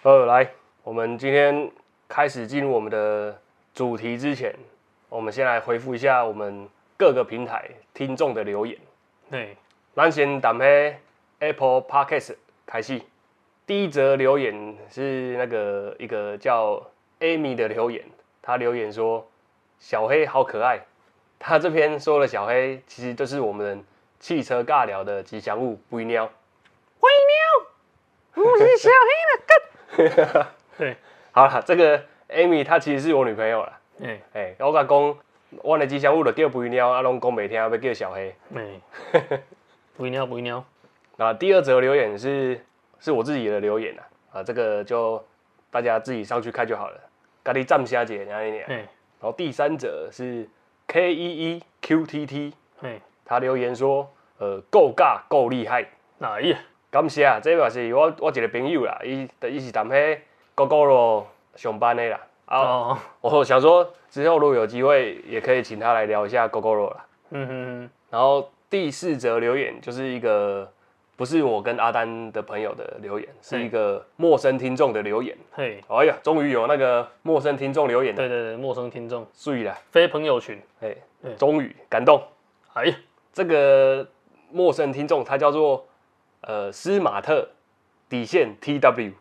来，我们今天开始进入我们的主题之前，我们先来回复一下我们各个平台听众的留言。 对， 咱先打开 Apple Podcast 开始。第一则留言是一个叫 Amy 的留言，她留言说小黑好可爱。她这边说的小黑，其实就是我们汽车尬聊的吉祥物灰鸟。 灰鸟，我是小黑的哥。对， 好了，这个 Amy 她其实是我女朋友啦。我甲讲，我的吉祥物就叫灰鸟，拢讲袂听，要叫小黑。 灰鸟。 那第二则留言是我自己的留言这个就大家自己上去看就好了，家己站下姐那一年。然后第三则是 KEEQTT，他留言说，够尬够厉害。 哪呀？ 感谢啊，这嘛是我一个朋友啦，伊是踮迄Gogoro上班的啦。我想说之后如果有机会，也可以请他来聊一下 Gogoro 啦。然后第四则留言就是一个不是我跟阿丹的朋友的留言，是一个陌生听众的留言。哎呀，终于有那个陌生听众留言了。 对，陌生听众， 水啦， 非朋友群。 终于感动。 哎呀， 这个陌生听众他叫做斯马特底线 TW。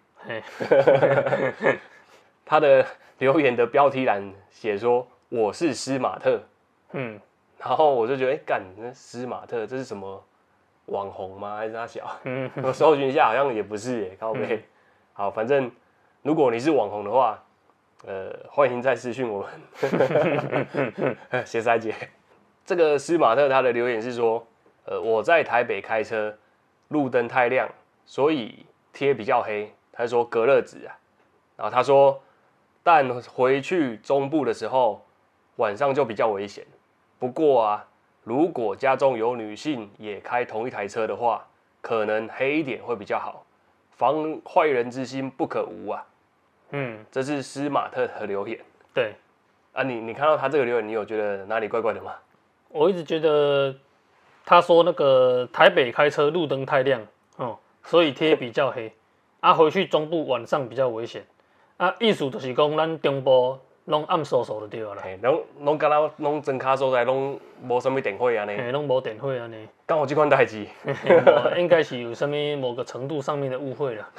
他的留言的标题栏写说我是斯马特。然后我就觉得，干，那斯马特这是什么网红吗？还是他小？我搜寻一下，好像也不是耶，靠背。好，反正如果你是网红的话，欢迎再私讯我们。谢塞姐，这个斯马特他的留言是说，我在台北开车，路灯太亮，所以贴比较黑。他说隔热纸啊，然后他说，但回去中部的时候，晚上就比较危险。不过啊，如果家中有女性也开同一台车的话，可能黑一点会比较好，防坏人之心不可无啊。这是斯马特的留言。 对啊，你看到他这个留言，你有觉得哪里怪怪的吗？ 我一直觉得他说那个台北开车路灯太亮所以贴比较黑啊，回去中部晚上比较危险啊，意思就是讲咱中部拢暗烁烁就对了啦。 拢敢若拢庄卡所在拢无什么电火安尼。 拢无电火安尼。 敢有这款代志？ 应该是有什么某个程度上面的误会了。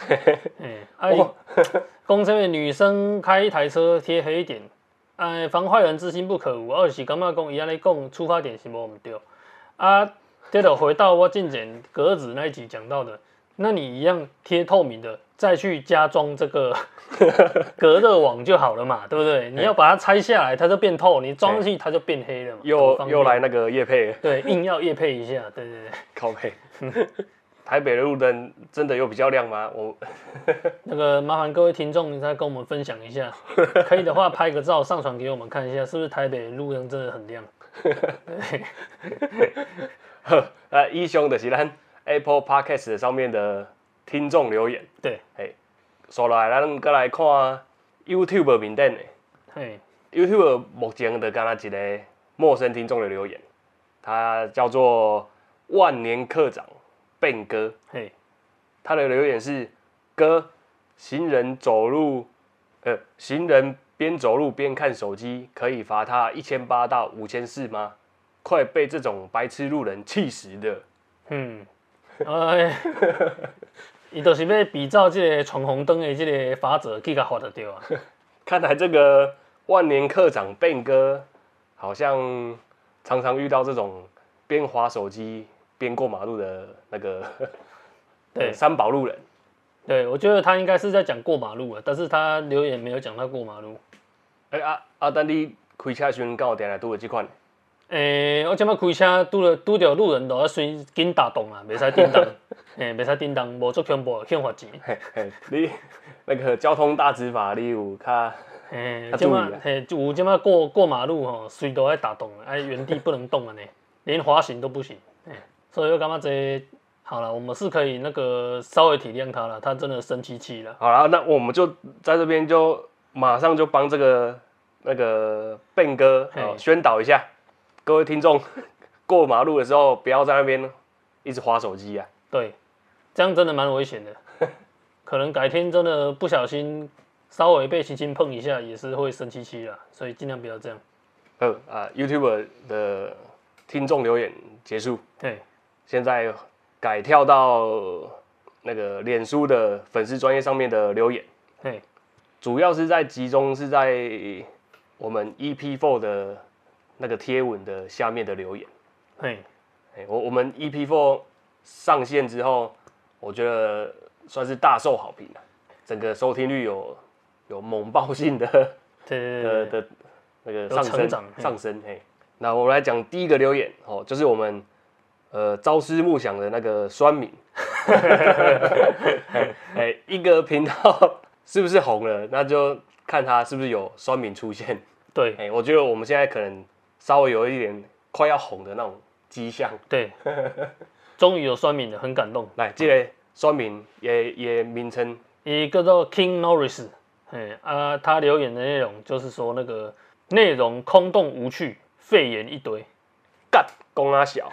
讲什么女生开一台车贴黑一点，防坏人之心不可无。我就是感觉讲伊安尼讲出发点是无唔对。这就回到我之前格子那一集讲到的，那你一样贴透明的，再去加装这个隔热网就好了嘛，对不对？你要把它拆下来，它就变透；你装上去，它就变黑了嘛。 又来那个业配。 对，硬要业配一下，对。 靠配。台北的路灯真的有比较亮吗？ 那个麻烦各位听众再跟我们分享一下，可以的话拍个照上传给我们看一下，是不是台北的路灯真的很亮？ 以上就是咱 Apple Podcast 上面的听众留言。 对， 接下来咱再来看 YouTube 面顶的。YouTube 目前就敢若一个陌生听众的留言，他叫做万年课长Ben哥。他的留言是：哥，行人边走路边看手机，可以罚他1800到5400吗？快被这种白痴路人气死的。 伊就是要比照这个闯红灯的这个法则去甲罚就对啊。 看来这个万年课长Ben哥好像常常遇到这种边滑手机边过马路的那个三宝路人。 对，我觉得他应该是在讲过马路啊，但是他留言没有讲到过马路。 等你开车的时阵，敢有定来拄到这款？ 我即摆开车拄着路人，就要随紧打动啊，袂使叮当，袂使叮当，无足恐怖，欠罚钱。 你那个交通大执法，你有较注意啊？ 有即摆过马路吼，随都爱打动，原地不能动啊呢，连滑行都不行。所以我感觉这好了，我们是可以那个稍微体谅他了，他真的生气了。 好了，那我们就在这边就马上就帮这个那个Ben哥宣导一下。各位听众，过马路的时候不要在那边一直滑手机啊。 对，这样真的蛮危险的。 可能改天真的不小心稍微被轻轻碰一下，也是会生气气啦，所以尽量不要这样。 YouTube 的听众留言结束， 对， 现在改跳到那个脸书的粉丝专页上面的留言， 对， 主要是集中是在我们 EP4 的那个贴文的下面的留言。我们 EP4 上线之后，我觉得算是大受好评了，整个收听率有猛爆性的那个上升。那我们来讲第一个留言哦，就是我们朝思暮想的那个酸民，一个频道是不是红了，那就看他是不是有酸民出现。 对， 我觉得我们现在可能稍微有一点快要红的那种迹象。 对，终于有酸民了，很感动。 来，这个酸民也名称， 一个叫 King Norris， 他留言的内容就是说那个内容空洞无趣，废言一堆， 干公阿小。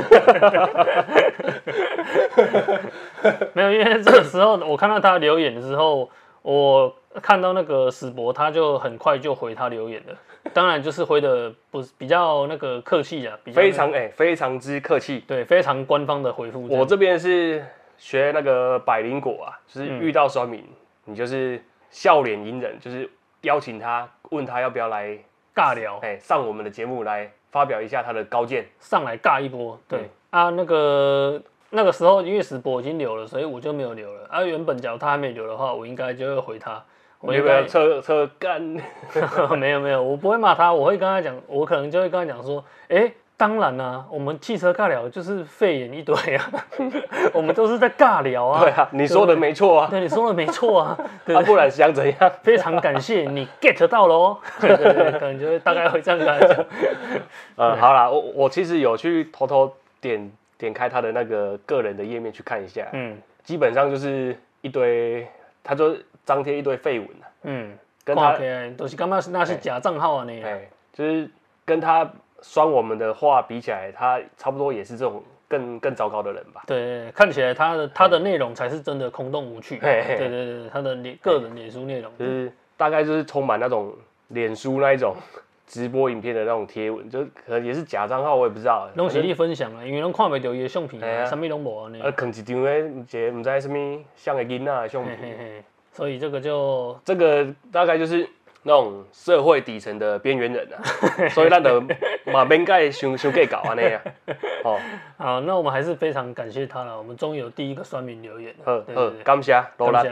没有，因为这个时候我看到他留言的时候，我看到那个史博，他就很快就回他留言了。当然就是回的不是比较那个客气啊， 非常之客气， 对，非常官方的回复。 我这边是学那个百灵果啊，就是遇到酸民，你就是笑脸迎人，就是邀请他，问他要不要来尬聊， 上我们的节目来发表一下他的高见， 上来尬一波。对啊，那个时候因为史博已经留了，所以我就没有留了。啊，原本假如他还没留的话，我应该就会回他。 我应该测干， 没有，我不会骂他，我会跟他讲，我可能就会跟他讲说，当然啦，我们汽车尬聊就是废言一堆啊，我们都是在尬聊啊。 对啊，你说的没错啊。 对，你说的没错啊。 对，不然想怎样？ 非常感谢你 get 到了哦。对，可能就会大概会这样跟他讲。 好啦，我其实有去偷偷点开他的那个个人的页面去看一下，基本上就是一堆，他就张贴一堆废文啊，跟他都是感觉那是假账号啊呢， 就是跟他酸我们的话比起来，他差不多也是这种更糟糕的人吧。 对，看起来他的内容才是真的空洞无趣。对，他的个人脸书内容就是大概就是充满那种脸书那一种直播影片的那种贴文，就可能也是假账号，我也不知道。 拢是你分享啊，因为拢看不到伊的相片啊，啥物拢无安尼。 放一张咧，一个不知什么像个囡仔的相片。 所以这个大概就是那种社会底层的边缘人啊，所以咱就嘛免甲伊伤计较安尼啊。 好，那我们还是非常感谢他了，我们终于有第一个酸民留言了。 感谢罗兰。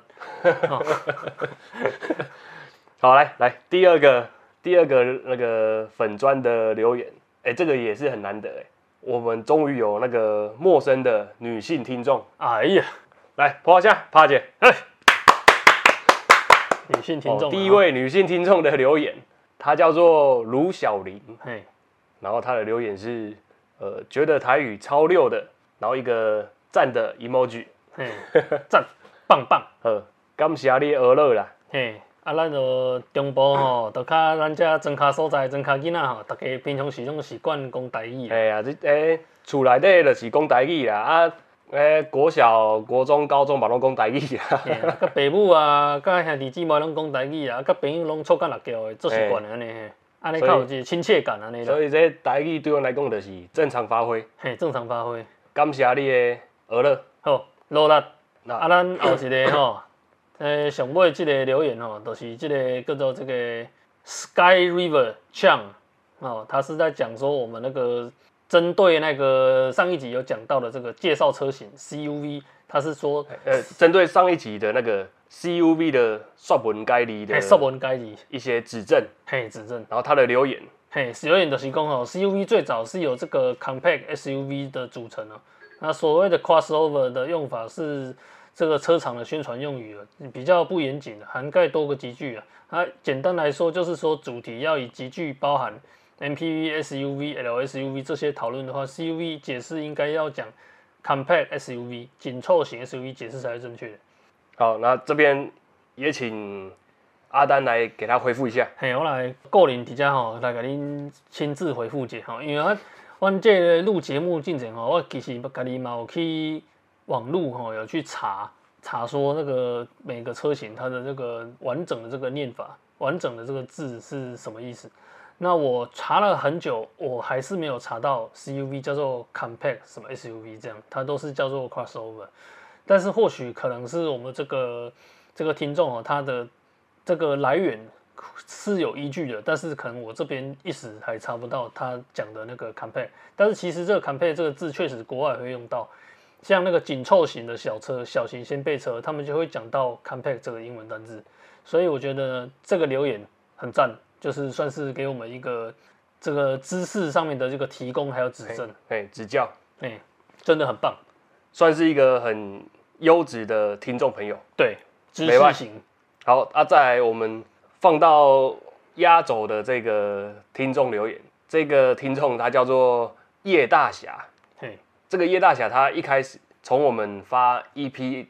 好，来第二个那个粉专的留言，这个也是很难得我们终于有那个陌生的女性听众。 哎呀， 来拍一下，帕姐。 女性听众， 第一位女性听众的留言，她叫做卢小玲，然后她的留言是，觉得台语超溜的，然后一个赞的 emoji， 赞，棒棒， 感谢你学乐啦， 咱就中部吼，就较咱遮庄脚所在，庄脚囡仔吼，大家平常时拢习惯讲台语。 这厝内底就是讲台语啦，国小、国中、高中嘛拢讲台语啦。 甲爸母啊，甲兄弟姊妹拢讲台语啊，甲朋友拢错干辣椒的，做习惯安尼，安尼较有一个亲切感安尼。 所以这台语对我来讲就是正常发挥。 正常发挥。 感谢你的学乐。 好，努力。咱后一个吼。上尾这个留言就是这个叫做这个 Sky River Chang 他是在讲说我们那个针对那个上一集有讲到的这个介绍车型 CUV， 他是说针对上一集的那个 CUV 的说文解字的一些指正，然后他的留言， 留言就是讲CUV 最早是由这个 Compact SUV 的组成那所谓的 crossover 的用法是这个车厂的宣传用语比较不严谨涵盖多个级距简单来说就是说主题要以级距包含 MPV、SUV、LSUV 这些讨论的话 ，CUV 解释应该要讲 Compact SUV 紧凑型 SUV 解释才是正确的。 好，那这边也请阿丹来给他回复一下。 我来个人伫遮来给您亲自回复一下因为阮这个录节目进程我其实家己嘛有去网路有去查查说那个每个车型它的这个完整的这个念法，完整的这个字是什么意思。那我查了很久，我还是没有查到 CUV 叫做 compact 什么 SUV 这样，它都是叫做 crossover。但是或许可能是我们这个听众哦，他的这个来源是有依据的，但是可能我这边一时还查不到他讲的那个 compact。但是其实这个 compact 这个字确实国外会用到，像那个紧凑型的小车、小型掀背车，他们就会讲到 compact 这个英文单字。所以我觉得这个留言很赞，就是算是给我们一个这个知识上面的这个提供还有指正， 指教， 真的很棒， 算是一个很优质的听众朋友。 对，知识型。 好啊，再来我们放到压轴的这个听众留言，这个听众他叫做叶大侠。这个叶大侠他一开始从我们发 EP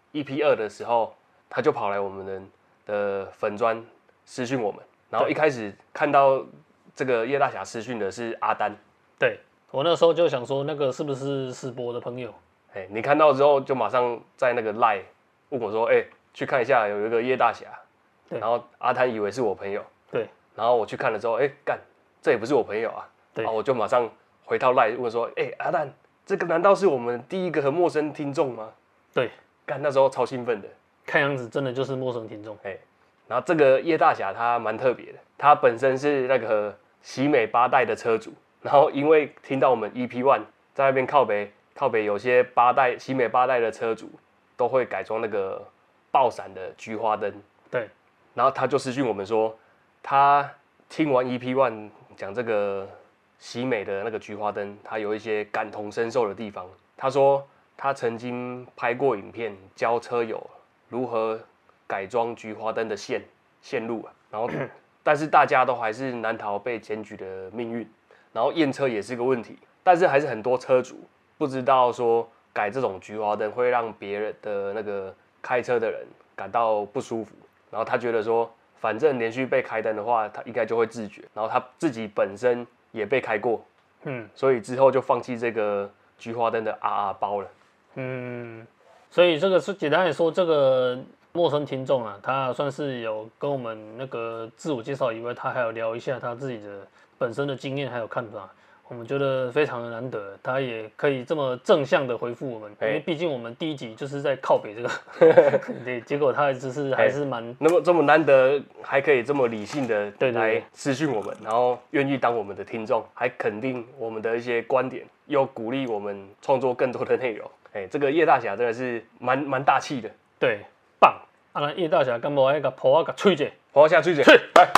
2的时候，他就跑来我们的粉专私讯我们，然后一开始看到这个叶大侠私讯的是阿丹。 对，我那时候就想说，那个是不是世博的朋友？ 你看到之后就马上在那个 LINE 问我说，去看一下有一个叶大侠。然后阿丹以为是我朋友。 对。 然后我去看了之后，干，这也不是我朋友啊。对。然后我就马上回到 LINE 问说，阿丹，这个难道是我们第一个很陌生听众吗？ 对。 干，那时候超兴奋的。 看样子真的就是陌生听众。 然后这个叶大侠他蛮特别的，他本身是那个喜美8代的车主，然后因为听到我们 EP1 在那边靠北有些喜美8代的车主都会改装那个爆闪的菊花灯。 对。 然后他就私讯我们说，他听完 EP1 讲这个喜美的那个菊花灯，他有一些感同身受的地方。他说他曾经拍过影片教车友如何改装菊花灯的线路，然后但是大家都还是难逃被检举的命运，然后验车也是个问题，但是还是很多车主不知道说改这种菊花灯会让别人的那个开车的人感到不舒服，然后他觉得说反正连续被开灯的话，他应该就会自觉，然后他自己本身也被开过，所以之后就放弃这个菊花灯的RR包了。 所以这个是简单来说，这个陌生听众啊，他算是有跟我们那个自我介绍以外，他还有聊一下他自己的本身的经验还有看法，我们觉得非常的难得，他也可以这么正向的回复我们，因为毕竟我们第一集就是在靠北这个，对，结果他还是蛮这么难得，还可以这么理性的来私讯我们，然后愿意当我们的听众，还肯定我们的一些观点，又鼓励我们创作更多的内容。这个叶大侠真的是蛮大气的， 对，棒！啊，叶大侠敢无爱个抱个吹者， 抱下吹者，来。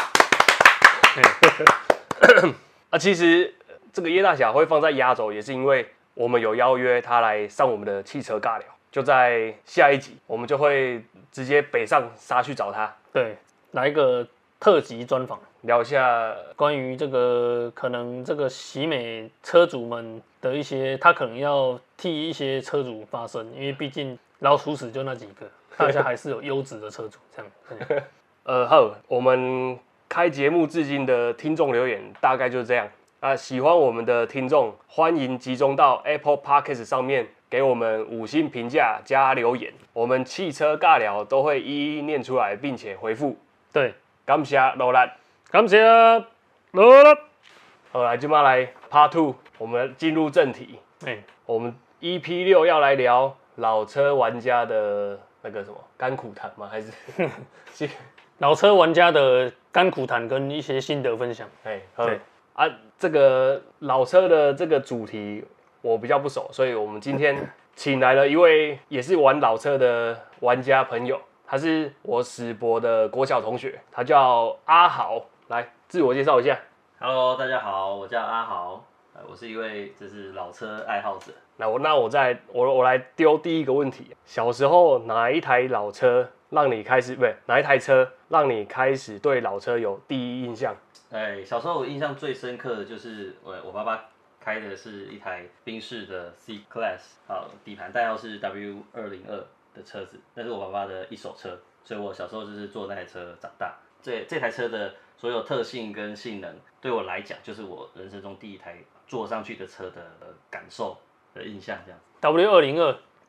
其实这个叶大侠会放在压轴，也是因为我们有邀约他来上我们的汽车尬聊，就在下一集，我们就会直接北上杀去找他， 对，来一个特辑专访， 聊一下关于这个可能这个喜美车主们的一些，他可能要替一些车主发声，因为毕竟老鼠屎就那几个，大家还是有优质的车主这样。好，我们开节目至今的听众留言大概就是这样啊。喜欢我们的听众，欢迎集中到 Apple Podcast 上面给我们5星评价加留言，我们汽车尬聊都会一一念出来，并且回复。 对， 感谢罗兰， 感谢罗兰。 好，来，今晚来 Part 2，我们进入正题。我们 EP6要来聊老车玩家的那个什么甘苦谈吗？还是老车玩家的甘苦谈跟一些心得分享？ 对啊，这个老车的这个主题我比较不熟，所以我们今天请来了一位也是玩老车的玩家朋友，他是我史博的国小同学，他叫阿豪，来自我介绍一下。 Hello， 大家好，我叫阿豪，我是一位就是老车爱好者。 那我来丢第一个问题：小时候哪一台老车让你开始哪一台车让你开始对老车有第一印象？ 小时候我印象最深刻的就是我爸爸开的是一台宾士的 C Class， 底盘代号是 W202的车子，那是我爸爸的一手车，所以我小时候就是坐那台车长大。这台车的所有特性跟性能，对我来讲就是我人生中第一台坐上去的车的感受的印象，这样子。 W202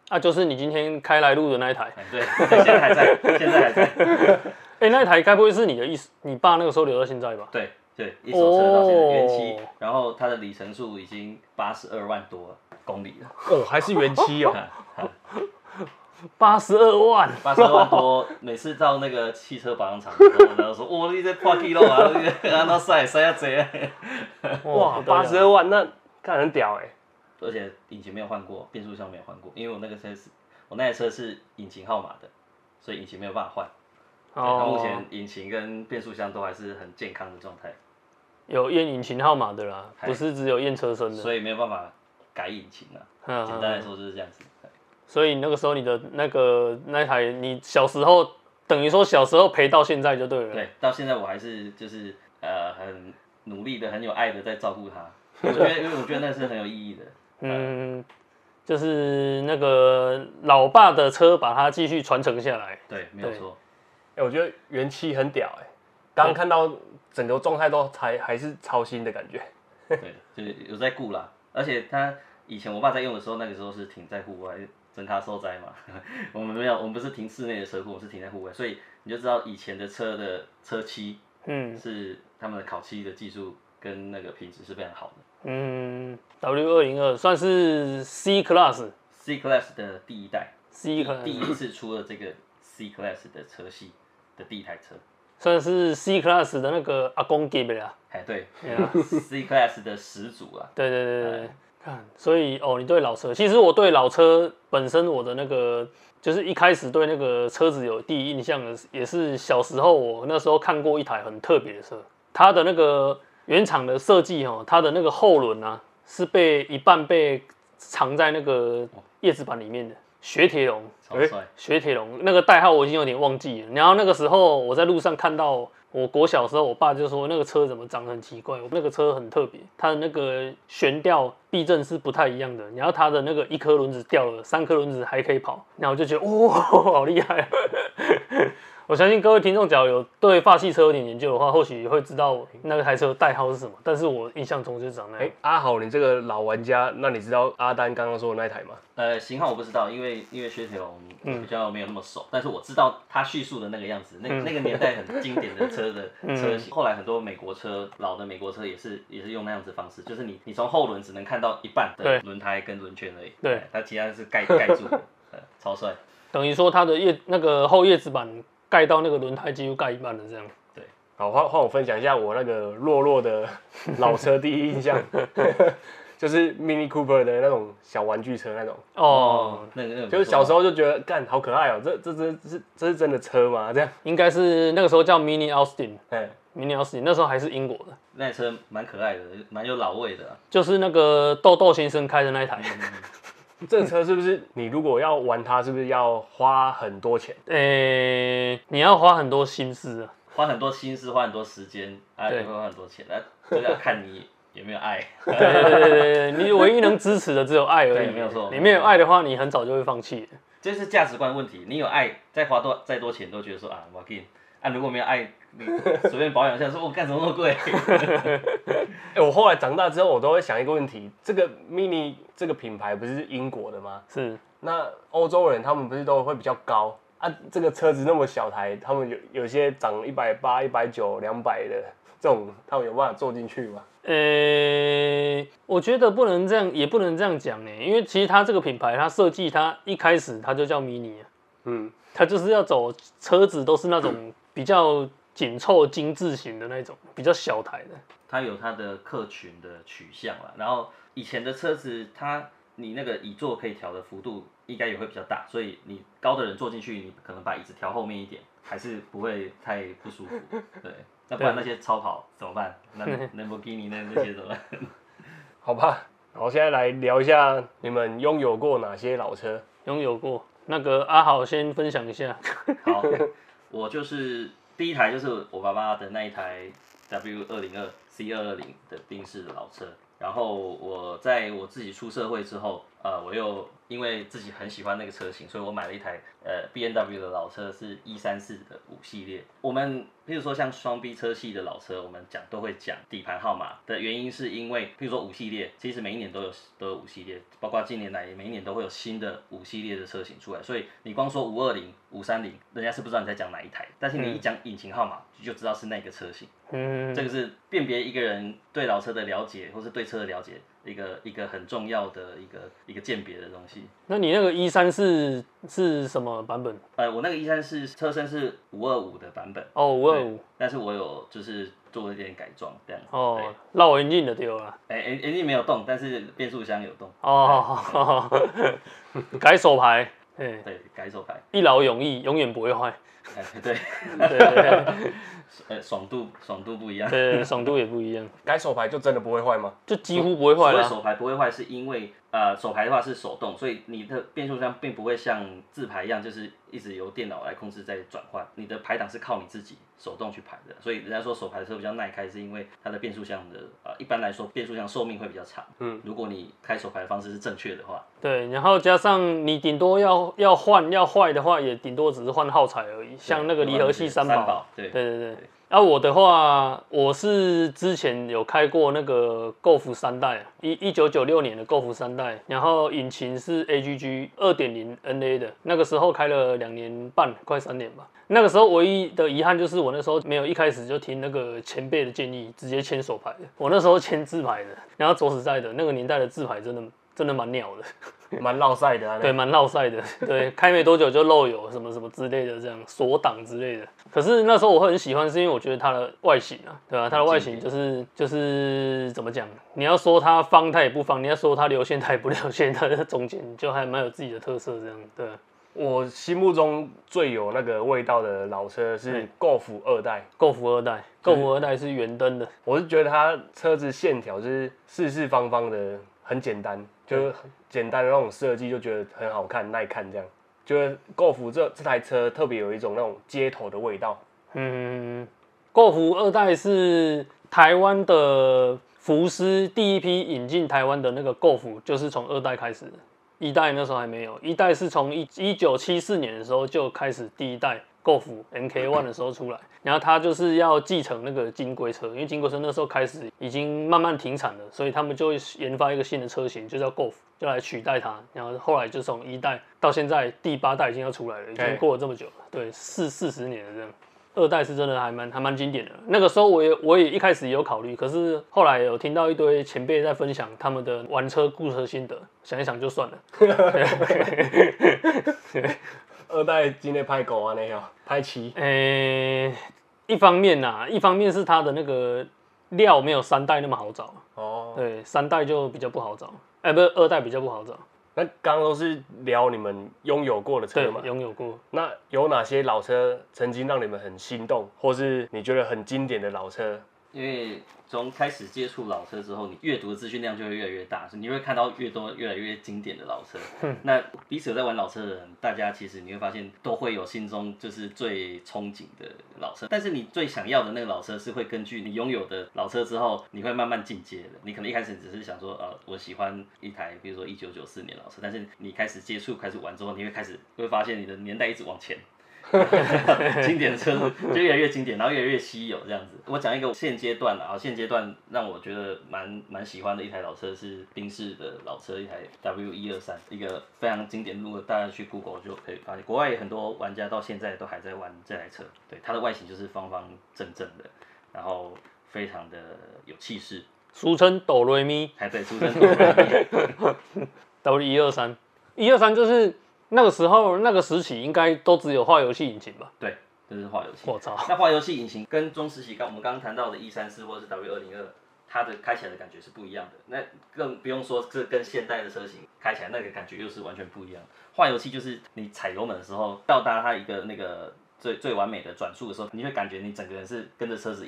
啊，就是你今天开来录的那一台。 对，现在还在，现在还在。 那一台该不会是你爸那个时候留到现在吧？ 对，一手车到现在原漆，然后它的里程数已经82万多公里了。 哦，还是原漆哦。 82万 ，82万多，每次到那个汽车保养厂的时候，然后说，哇，你这破纪录啊，安怎塞啊济啊？ 哇，82万，那看很屌哎。 而且引擎没有换过，变速箱没有换过，因为我那台车是引擎号码的，所以引擎没有办法换。它目前引擎跟变速箱都还是很健康的状态。 有验引擎号码的啦，不是只有验车身的， 所以没有办法改引擎啦。简单来说就是这样子。 所以那个时候你的那台，你小时候等于说小时候陪到现在就对了。 对，到现在我还是就是很努力的、很有爱的在照顾它。因为我觉得那是很有意义的。 就是那个老爸的车把它继续传承下来。 对，没有错。 我觉得原漆很屌哎，刚刚看到整个状态都还是超新的感觉。 对，就是有在顾啦，而且他以前我爸在用的时候，那个时候是停在户外。整卡受灾嘛，我们没有，我们不是停室内的车库，我们是停在户外，所以你就知道以前的车的车漆，是他们的烤漆的技术跟那个品质是非常好的。 W202算是 C Class 的第一代，C Class 第一次出了这个 C Class 的车系的第一台车， 算是 C Class 的那个阿公级的啦。 对，C Class 的始祖啊。 对。看，所以你对老车，其实我对老车本身我的那个，就是一开始对那个车子有第一印象的，也是小时候我那时候看过一台很特别的车，它的那个原厂的设计它的那个后轮啊，是一半被藏在那个叶子板里面的。雪铁龙，雪铁龙那个代号我已经有点忘记了。然后那个时候我在路上看到，我国小的时候，我爸就说那个车怎么长得很奇怪，那个车很特别，它的那个悬吊避震是不太一样的。然后它的那个1颗轮子掉了，3颗轮子还可以跑，然后我就觉得哇，好厉害啊！我相信各位听众，假如有对法系车有点研究的话，或许会知道那台车代号是什么。但是我印象中就是长那样。 阿豪，你这个老玩家，那你知道阿丹刚刚说的那台吗？ 型号我不知道，因为雪铁龙比较没有那么熟，但是我知道他叙述的那个样子，那个年代很经典的车的车型。后来很多美国车，老的美国车也是用那样子的方式，就是你从后轮只能看到一半的轮胎跟轮圈而已，对，它其他是盖住的，超帅。 等于说它的那个后叶子板盖到那个轮胎几乎盖一半了，这样。 对， 好，换我分享一下我那个弱的老车第一印象，就是 Mini Cooper 的那种小玩具车那种。 那个就是小时候就觉得干好可爱哦，这是真的车吗？这样应该是那个时候叫 Mini Austin。Mini Austin 那时候还是英国的。 那台车蛮可爱的，蛮有老味的。 就是那个豆豆先生开的那一台。 这个车是不是你如果要玩它，是不是要花很多钱？ 你要花很多心思啊， 花很多心思，花很多时间，也会花很多钱，就要看你有没有爱。 对，你唯一能支持的只有爱而已， 没有错。 你没有爱的话，你很早就会放弃。 这是价值观问题。你有爱，再花再多钱都觉得说我给你。如果没有爱，你随便保养一下，说我干什么那么贵？ 我后来长大之后，我都会想一个问题：这个 Mini 这个品牌不是英国的吗？ 是。 那欧洲人他们不是都会比较高啊？这个车子那么小台，他们有些长180、190、200的这种，他们有办法坐进去吗？ 我觉得不能这样，也不能这样讲呢，因为其实它这个品牌，它设计它一开始它就叫 Mini 它就是要走车子都是那种比较紧凑、精致型的那种，比较小台的。 它有它的客群的取向啦，然后以前的车子，你那个椅座可以调的幅度应该也会比较大，所以你高的人坐进去，你可能把椅子调后面一点，还是不会太不舒服。对，那不然那些超跑怎么办？那Lamborghini 那些怎么办？ 好吧，然后现在来聊一下你们拥有过哪些老车？ 拥有过。那个阿豪先分享一下。 好，我就是第一台就是我爸爸的那一台 W202 C220的宾士的老车。然后我在我自己出社会之后， 我又因为自己很喜欢那个车型，所以我买了一台B&W 的老车，是134的5系列。我们譬如说像双 B 车系的老车，我们都会讲底盘号码的原因，是因为譬如说5系列，其实每一年都有5系列，包括近年来每一年都会有新的5系列的车型出来，所以你光说520、530，人家是不知道你在讲哪一台，但是你一讲引擎号码，就知道是那个车型。这个是辨别一个人对老车的了解，或是对车的了解。一个很重要的一个鉴别的东西。 那你那个134是什么版本？ 我那个134车身是525的版本。 哦，525。 但是我有就是做了一点改装这样子。 哦，绕眼镜的丢了。 眼镜没有动，但是变速箱有动。 哦，改手排。 对，改手排。 一劳永逸，永远不会坏。 对。爽度不一样。 对，爽度也不一样。 改手排就真的不会坏吗？ 就几乎不会坏了。 所谓手排不会坏，是因为手排的话是手动，所以你的变速箱并不会像自排一样，就是一直由电脑来控制在转换。你的排档是靠你自己手动去排的，所以人家说手排车比较耐开，是因为它的变速箱的一般来说变速箱寿命会比较长。如果你开手排的方式是正确的话。 对，然后加上你顶多要换要坏的话，也顶多只是换耗材而已，像那个离合器三宝。对。我的话，我是之前有开过那个Golf 3代，1996年的Golf 3代，然后引擎是 AGG 2.0 NA 的，那个时候开了2年半，快3年吧。那个时候唯一的遗憾就是我那时候没有一开始就听那个前辈的建议，直接牵手排的。我那时候牵自排的，然后说实在的，那个年代的自排真的蛮鸟的， 蛮落赛的啊。 对，蛮落赛的。对，开没多久就漏油什么什么之类的，这样锁档之类的。可是那时候我会很喜欢，是因为我觉得它的外形啊，对吧？它的外形就是怎么讲？你要说它方，它也不方；你要说它流线，它也不流线。它在中间就还蛮有自己的特色，这样。对。 我心目中最有那个味道的老车是Golf 2代。 Golf 2代是圆灯的。 我是觉得它车子线条就是四四方方的，很简单，就是简单的那种设计，就觉得很好看、耐看这样。觉得 Golf 这台车特别有一种那种街头的味道。 Golf 2代是台湾的福斯第一批引进台湾的那个 Golf， 就是从2代开始的。1代那时候还没有，1代是从1974年的时候就开始第一代 Golf MK1 的时候出来，然后它就是要继承那个金龟车，因为金龟车那时候开始已经慢慢停产了，所以他们就会研发一个新的车型，就叫 Golf， 就来取代它。然后后来就从1代到现在第8代已经要出来了，已经过了这么久了，对，40年了这样。2代是真的还蛮经典的。那个时候我也一开始也有考虑，可是后来有听到一堆前辈在分享他们的玩车故车心得，想一想就算了。 2代今天拍狗啊那样，拍漆。 一方面是它的那个料没有3代那么好找。对，3代就比较不好找。不是2代比较不好找。 那刚刚都是聊你们拥有过的车嘛？ 对，拥有过。 那有哪些老车曾经让你们很心动，或是你觉得很经典的老车？ 因为从开始接触老车之后，你阅读的资讯量就会越来越大，所以你会看到越多越来越经典的老车。那彼此有在玩老车的人，大家其实你会发现都会有心中就是最憧憬的老车，但是你最想要的那个老车是会根据你拥有的老车之后，你会慢慢进阶的。你可能一开始只是想说，我喜欢一台比如说1994年老车，但是你开始接触开始玩之后，你会发现你的年代一直往前。经典的车子就越来越经典，然后越来越稀有这样子。我讲一个现阶段让我觉得蛮喜欢的一台老车是宾士的老车，一台 W123，一个非常经典。如果大家去 Google 就可以发现，国外很多玩家到现在都还在玩这台车。对，它的外形就是方方正正的，然后非常的有气势， 俗称哆瑞咪。 对，俗称哆瑞咪。 W123就是那个时候那个时期应该都只有化油器引擎吧？ 对，就是化油器。 我操！ 那化油器引擎跟中时期我们刚刚谈到的134或者是 W202，它的开起来的感觉是不一样的。那更不用说这跟现代的车型开起来那个感觉又是完全不一样。化油器就是你踩油门的时候到达它一个那个最完美的转速的时候，你会感觉你整个人是跟着车子一起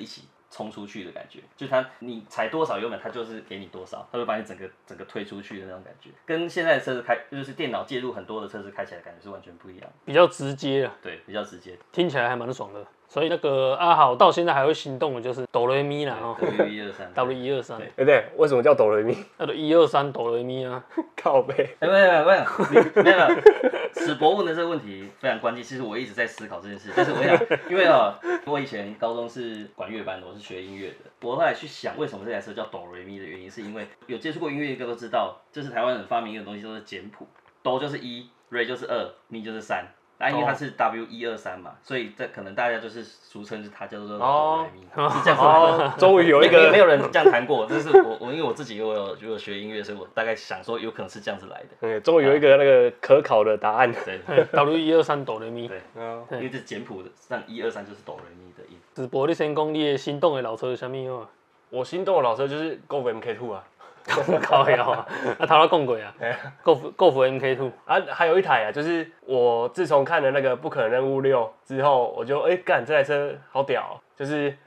冲出去的感觉，就是你踩多少油门，它就是给你多少，它会把你整个推出去的那种感觉，跟现在的车子就是电脑介入很多的车子开起来的感觉是完全不一样， 比较直接啊， 对，比较直接， 听起来还蛮爽的。所以那个阿豪到现在还会心动的就是哆来咪啦 ，W123 ，W123， 对对，为什么叫哆来咪？ 那就123哆来咪啊， 靠背。 没有，史博问的这个问题非常关键。其实我一直在思考这件事，但是我想，因为我以前高中是管乐班的，我是学音乐的。我后来去想，为什么这台车叫哆来咪的原因，是因为有接触过音乐应该都知道，这是台湾人发明一个东西，都是简谱，哆就是1，瑞就是2，咪就是3。因为它是 W123嘛，所以这可能大家就是俗称它叫做哆来咪，是这样子。 终于有一个没有人这样谈过，但是我因为我自己有学音乐，所以我大概想说有可能是这样子来的。 终于有一个那个可考的答案。 对 ，W123哆来咪。 对，因为这简谱上123就是哆来咪的音。 直播你先讲你的心动的老车是啥物啊？ 我心动的老车就是 Golf MK2 啊。 靠腰啊！头仔讲过啊，Golf MK2 啊，还有一台啊，就是我自从看了那个《不可能任务6》之后，我就干这台车好屌，就是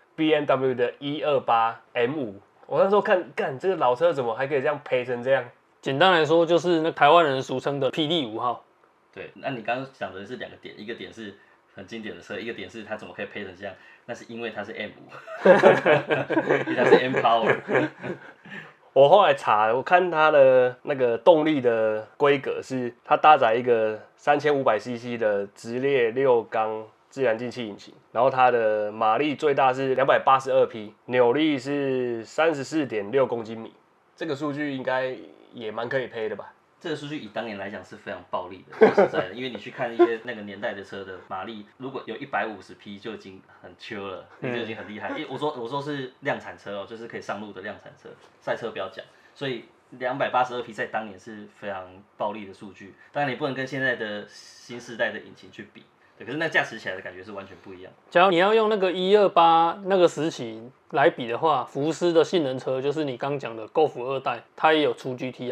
BMW 的128 M5。我那时候看这个老车怎么还可以这样配成这样？ 简单来说就是那台湾人俗称的霹雳5号。 对，那你刚刚讲的是2个点，一个点是很经典的车，一个点是它怎么可以配成这样？那是因为它是 M5，因为它是 M Power。 我后来查，我看它的那个动力的规格是，它搭载一个3500cc 的直列6缸自然进气引擎，然后它的马力最大是282匹，扭力是34.6公斤米。这个数据应该也蛮可以配的吧？ 这个数据以当年来讲是非常暴力的，说实在的，因为你去看一些那个年代的车的马力，如果有150匹就已经很秋了，就已经很厉害。因为我说是量产车哦，就是可以上路的量产车，赛车不要讲。所以282匹在当年是非常暴力的数据，当然你不能跟现在的新世代的引擎去比，对，可是那驾驶起来的感觉是完全不一样。 假如你要用那个128那个时期来比的话，福斯的性能车就是你刚讲的 Golf 2代，它也有出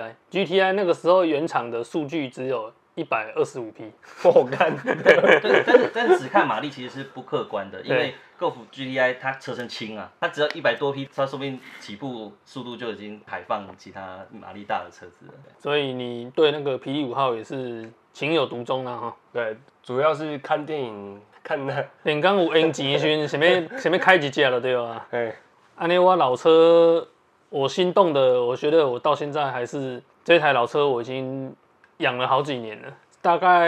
GTI 那个时候原厂的数据只有125匹， 我看， 但是只看马力其实是不客观的，因为 Golf GTI 它车身轻啊，它只要100多匹，它说不定起步速度就已经海放其他马力大的车子了。 所以你对那个霹雳5号也是情有独钟啦哈。 对，主要是看电影看的。 连刚有用钱的时阵，想要开一架了对吧？ 哎， 安尼我老车，我心动的，我觉得我到现在还是这台老车，我已经养了好几年了，大概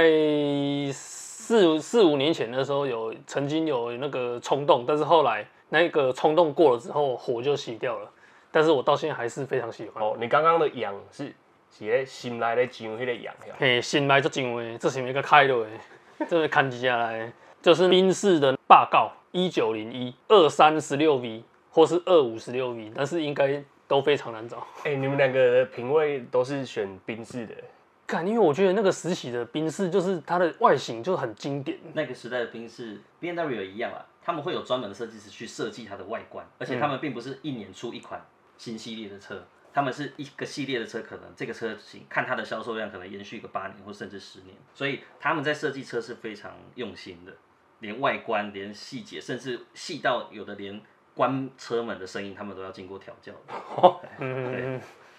4-5年前的时候曾经有那个冲动，但是后来那个冲动过了之后，火就熄掉了。但是我到现在还是非常喜欢。 哦，你刚刚的养是咧心内咧上迄个养， 嘿，心内足上的，这是一个开落的，这个看一下来，就是宾士的霸道1901 2316V 或是2516V，但是应该都非常难找。 你们2个的品味都是选宾士的。 因为我觉得那个时期的宾士就是它的外形就很经典。 那个时代的宾士 ，BMW 也一样啦，他们会有专门的设计师去设计它的外观，而且他们并不是1年出一款新系列的车，他们是一个系列的车，可能这个车型看它的销售量可能延续个8年或甚至10年，所以他们在设计车是非常用心的，连外观、连细节，甚至细到有的连关车门的声音，他们都要经过调教的。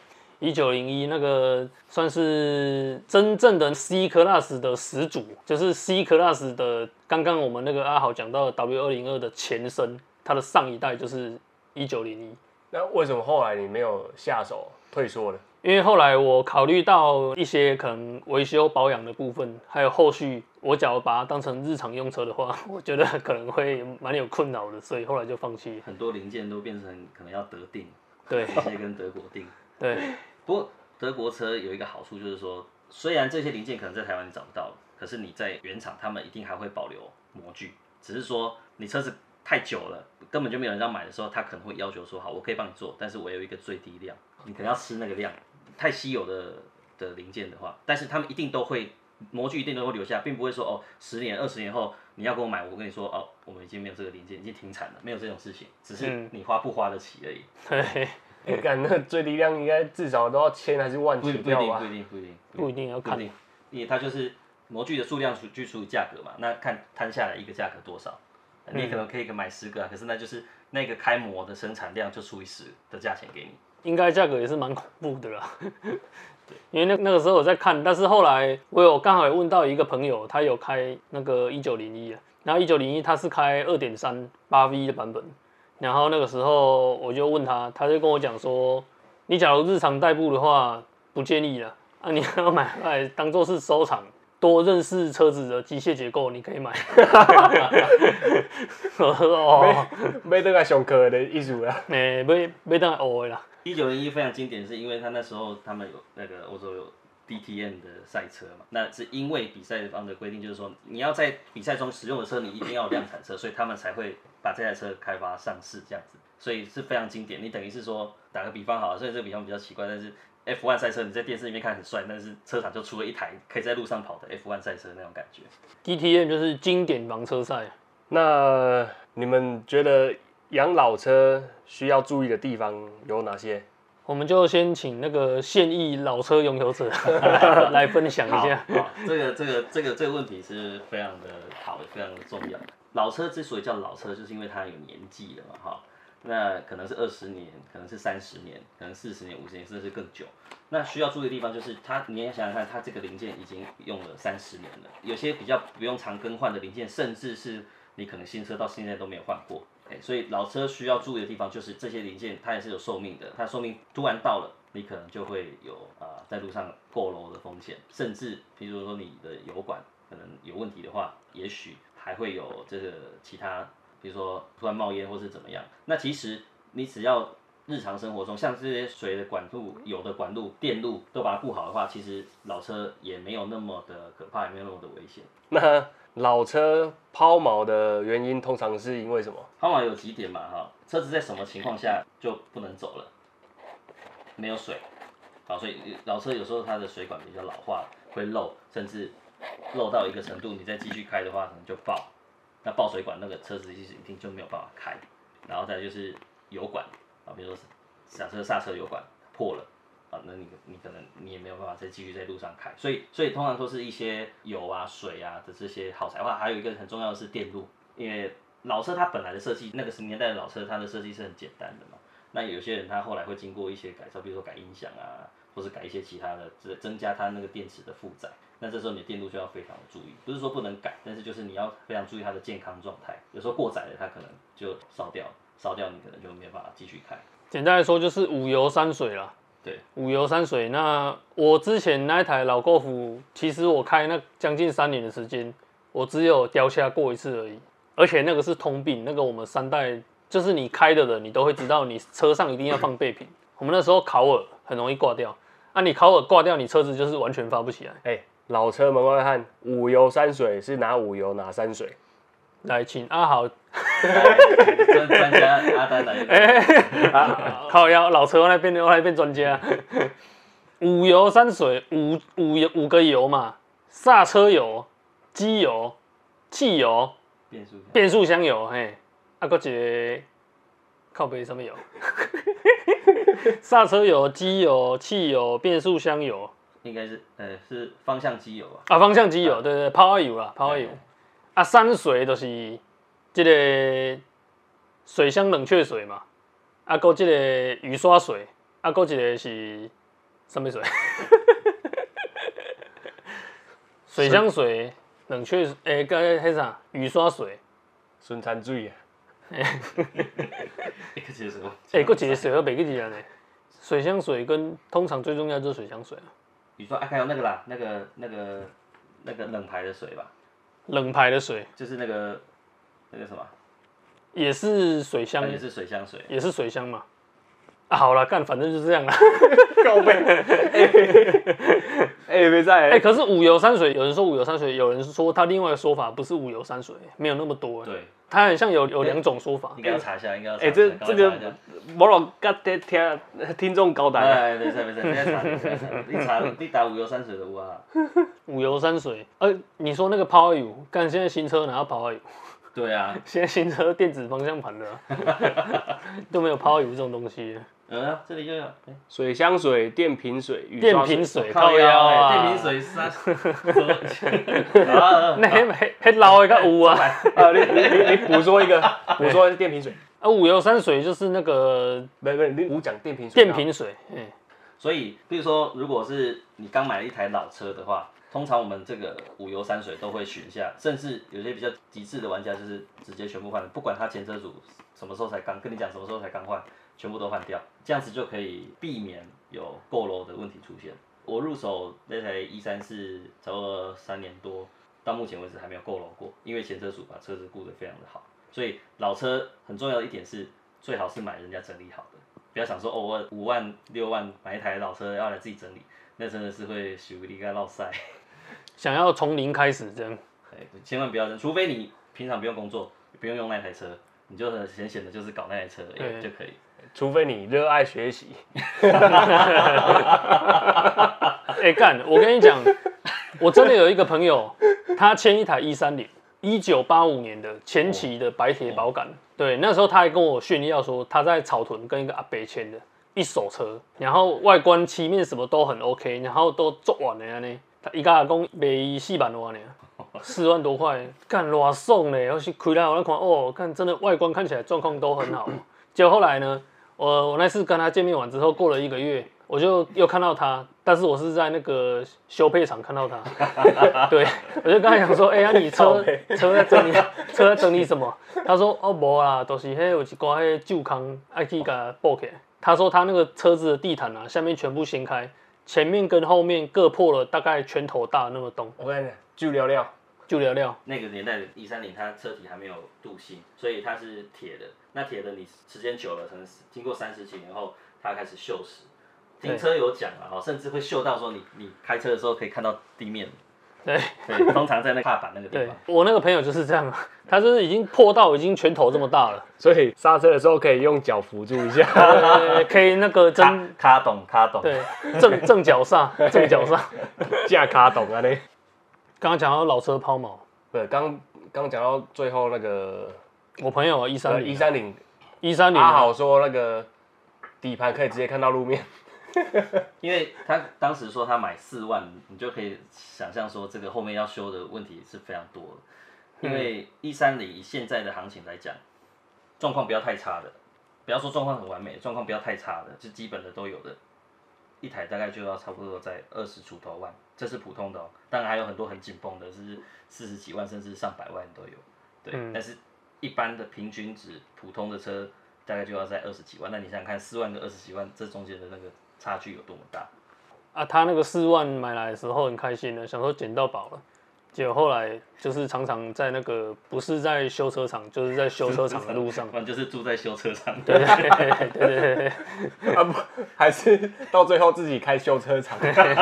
1901那个算是真正的 C Class 的始祖，就是 C Class 的刚刚我们那个阿豪讲到的 W202的前身，它的上一代就是1901。 那为什么后来你没有下手退缩了？ 因为后来我考虑到一些可能维修保养的部分，还有后续我假如把它当成日常用车的话，我觉得可能会蛮有困扰的，所以后来就放弃。 很多零件都变成可能要德定， 对， 直接跟德国定。 对， 不过德国车有一个好处就是说，虽然这些零件可能在台湾你找不到，可是你在原厂他们一定还会保留模具，只是说你车子太久了，根本就没有人要买的时候，他可能会要求说，好，我可以帮你做，但是我有一个最低量，你可能要吃那个量。太稀有的零件的话，但是他们一定都会模具一定都会留下，并不会说哦10年20年后你要跟我买，我跟你说哦我们已经没有这个零件，已经停产了，没有这种事情，只是你花不花得起而已。 对。 那最低量应该至少都要1000还是10000起跳吧？ 不一定要看， 因为它就是模具的数量去除以价格嘛，那看摊下来一个价格多少。 你可能可以买10个，可是那就是那个开模的生产量就除以10的价钱给你。 应该价格也是蛮恐怖的啦。因为那个时候我在看，但是后来我有刚好有问到一个朋友，他有开那个1901啊，然后1901他是开2.3 8V 的版本，然后那个时候我就问他，他就跟我讲说，你假如日常代步的话，不建议啦，啊你要买来当做是收藏。多认识车子的机械结构，你可以买。我说哦， 没得来上课的意思啦。 没当来学的啦。 1901非常经典，是因为他那时候他们有那个欧洲有 DTM 的赛车嘛，那是因为比赛方的规定，就是说你要在比赛中使用的车，你一定要有量产车，所以他们才会把这台车开发上市这样子，所以是非常经典。你等于是说打个比方好了，所以这个比方比较奇怪，但是。F1 赛车你在电视里面看很帅，但是车厂就出了一台可以在路上跑的 F1 赛车那种感觉。 DTM 就是经典房车赛。 那你们觉得养老车需要注意的地方有哪些？ 我们就先请那个现役老车拥有者来分享一下。 好，这个问题是非常的好，非常的重要。老车之所以叫老车，就是因为它有年纪了嘛，哈。那可能是20年，可能是30年，可能40年、50年，甚至是更久。那需要注意的地方就是，你要想想看，它这个零件已经用了30年了，有些比较不用常更换的零件，甚至是你可能新车到现在都没有换过。所以老车需要注意的地方就是这些零件它也是有寿命的，它寿命突然到了，你可能就会有在路上过楼的风险，甚至比如说你的油管可能有问题的话，也许还会有这个其他。比如说突然冒烟或是怎么样，那其实你只要日常生活中像这些水的管路、油的管路、电路都把它顾好的话，其实老车也没有那么的可怕，也没有那么的危险。 那老车抛锚的原因通常是因为什么？ 抛锚有几点嘛，哈，车子在什么情况下就不能走了？没有水，好，所以老车有时候它的水管比较老化，会漏，甚至漏到一个程度，你再继续开的话，可能就爆。那爆水管那个车子其实一定就没有办法开，然后再就是油管啊，比如说刹车油管破了啊，那你可能你也没有办法再继续在路上开，所以通常都是一些油啊、水啊的这些耗材化，还有一个很重要的是电路，因为老车它本来的设计，那个10年代的老车它的设计是很简单的嘛，那有些人他后来会经过一些改造，比如说改音响啊，或是改一些其他的，增加它那个电池的负载。那这时候你的电路就要非常的注意，不是说不能改，但是就是你要非常注意它的健康状态。有时候过载了，它可能就烧掉你可能就没有办法继续开。 简单来说就是5油3水啦。 对 ，5油3水。那我之前那一台老Golf，其实我开那将近3年的时间，我只有掉下过一次而已，而且那个是通病，那个我们3代就是你开的人，你都会知道，你车上一定要放备品。我们那时候烤耳很容易挂掉，你烤耳挂掉，你车子就是完全发不起来。 老车门外汉5油3水是哪5油哪3水？ 来，请阿豪， 专家阿丹来。 靠腰老车我那边专家。5油3水，5个油嘛，刹车油、机油、汽油、变速箱油，嘿，搁一个靠北什么油？刹车油、机油、汽油、变速箱油。 应该是是方向机油方向机油，对，power 油啦，power 油。3水就是这个水箱冷却水嘛，搁这个雨刷水，搁一个是什么水？水箱水、冷却迄啥雨刷水、 孙餐水啊。 搁一个水我袂记得呢。水箱水跟通常最重要就是水箱水啊。 你说还有那个啦，那个冷排的水吧。 冷排的水就是那个什么， 也是水箱， 也是水箱水， 也是水箱嘛。好了，干，反正就是这样啦。 告背。没在。 可是5油3水，有人说5油3水，有人说他另外的说法不是5油3水，没有那么多。 对， 它很像有2种说法。 应该要查一下， 这个某种跟听众交代。 没事，你打5油3水的有啊。 5油3水，你说那个 power 油，干现在新车哪要 power 油？ 对啊， 现在新车电子方向盘的，都没有 power 油这种东西。 这里就有水箱水、电瓶水、雨电刷瓶水靠腰腰啊， 电瓶水是啊， 那迄老的较有啊。 你捕捉一个，捕捉电瓶水。 五油三水就是那个不，你讲电瓶水。 电瓶水， 所以，比如说，如果是你刚买了一台老车的话，通常我们这个五油三水都会选一下，甚至有些比较极致的玩家就是直接全部换了，不管他前车主什么时候才刚跟你讲什么时候才刚换，全部都换掉，这样子就可以避免有过漏的问题出现。我入手那台1.3是差不多3年多，到目前为止还没有过漏过，因为前车主把车子顾得非常的好。所以老车很重要的一点是，最好是买人家整理好的，不要想说我5万6万买一台老车要来自己整理，那真的是会修理个落塞。 想要从零开始这样， 千万不要，除非你平常不用工作，不用用那台车，你就很闲闲的，就是搞那台车就可以。 除非你热爱学习。 干！我跟你讲，我真的有一个朋友，他签一台130，1985年的前期的白铁保杆。对，那时候他还跟我炫耀说，他在草屯跟一个阿伯签的一手车，然后外观漆面什么都很 OK， 然后都做完了呢。他一家讲卖4万多呢，4万多块，干偌爽呢！要是开来我看，哦，看真的外观看起来状况都很好。结果后来呢，我那次跟他见面完之后，过了1个月，我就又看到他，但是我是在那个修配厂看到他。对，我就跟他讲说，你车在整理什么？他说无啦，都是有一挂旧坑，爱去给它补起来。他说他那个车子的地毯啊，下面全部掀开，前面跟后面各破了大概拳头大那么洞。 我跟你讲，就聊聊。 那个年代的130，它车体还没有镀锌，所以它是铁的。那铁的你时间久了，可能经过30几年后，它开始锈蚀。停车有讲了，甚至会锈到说你开车的时候可以看到地面。 对， 通常在那个踏板那个地方。 我那个朋友就是这样，他就是已经破到已经拳头这么大了， 所以刹车的时候可以用脚辅助一下。 可以那个卡懂。 对，正脚刹， 架卡懂啊嘞。 刚刚讲到老车抛锚， 对，刚讲到最后那个， 我朋友130， 阿好说那个底盘可以直接看到路面。 因为他当时说他买4万，你就可以想象说这个后面要修的问题是非常多的。因为130以现在的行情来讲，状况不要太差的，不要说状况很完美，状况不要太差的，就基本的都有的，一台大概就要差不多在20出头万，这是普通的哦。当然还有很多很紧绷的，是40几万甚至上百万都有。对，但是一般的平均值，普通的车大概就要在20几万。那你想想看，4万跟20几万这中间的那个差距有多么大啊！他那个4万买来的时候很开心的，想说捡到宝了。结果后来就是常常在那个不是在修车厂，就是在修车厂的路上， 不然就是住在修车厂。 对， 啊不，还是到最后自己开修车厂，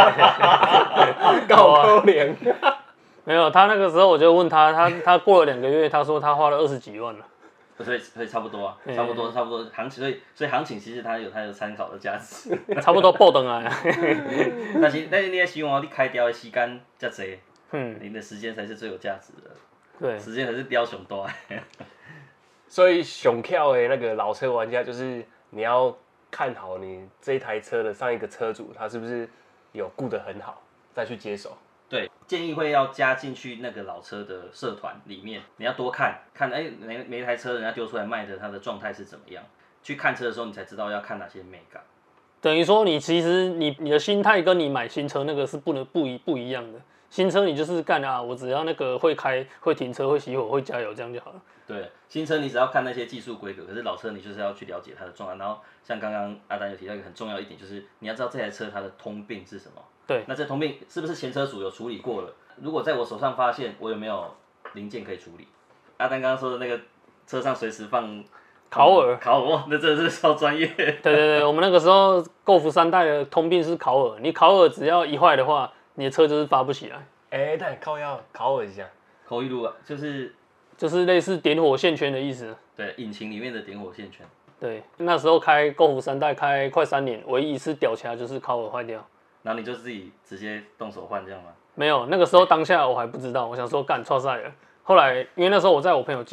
够可怜。 没有，他那个时候我就问他过了2个月，他说他花了20几万了。 所以差不多啊，差不多行情，所以行情其实它有它的参考的价值。 差不多报等啊。 但是你也希望你开掉的时间较多，你的时间才是最有价值的。 对， 时间才是雕熊多。 所以熊跳的那个老车玩家，就是你要看好你这一台车的上一个车主，他是不是有顾得很好，再去接手。 对，建议会要加进去那个老车的社团里面，你要多看，每一台车人家丢出来卖的，它的状态是怎么样。去看车的时候，你才知道要看哪些美感。 等于说，其实你的心态跟你买新车那个是不一样的。新车你就是干啊，我只要那个会开、会停车、会熄火、会加油，这样就好了。 对，新车你只要看那些技术规格，可是老车你就是要去了解它的状态。然后像刚刚阿丹有提到一个很重要一点，就是你要知道这台车它的通病是什么。 对， 那这通病是不是前车主有处理过了？如果在我手上发现，我有没有零件可以处理？阿丹刚刚说的那个车上随时放烤耳， 那真的是超专业。 对，我们那个时候Golf 3代的通病是烤耳，你烤耳只要一坏的话，你的车就是发不起来。 但靠要烤耳一下， 口一路啊， 就是类似点火线圈的意思。 对，引擎里面的点火线圈。 对，那时候开Golf 3代开快3年，唯一一次屌起来就是烤耳坏掉。 然后你就自己直接动手换这样吗？ 没有，那个时候当下我还不知道，我想说干错赛了。后来因为那时候我在我朋友家，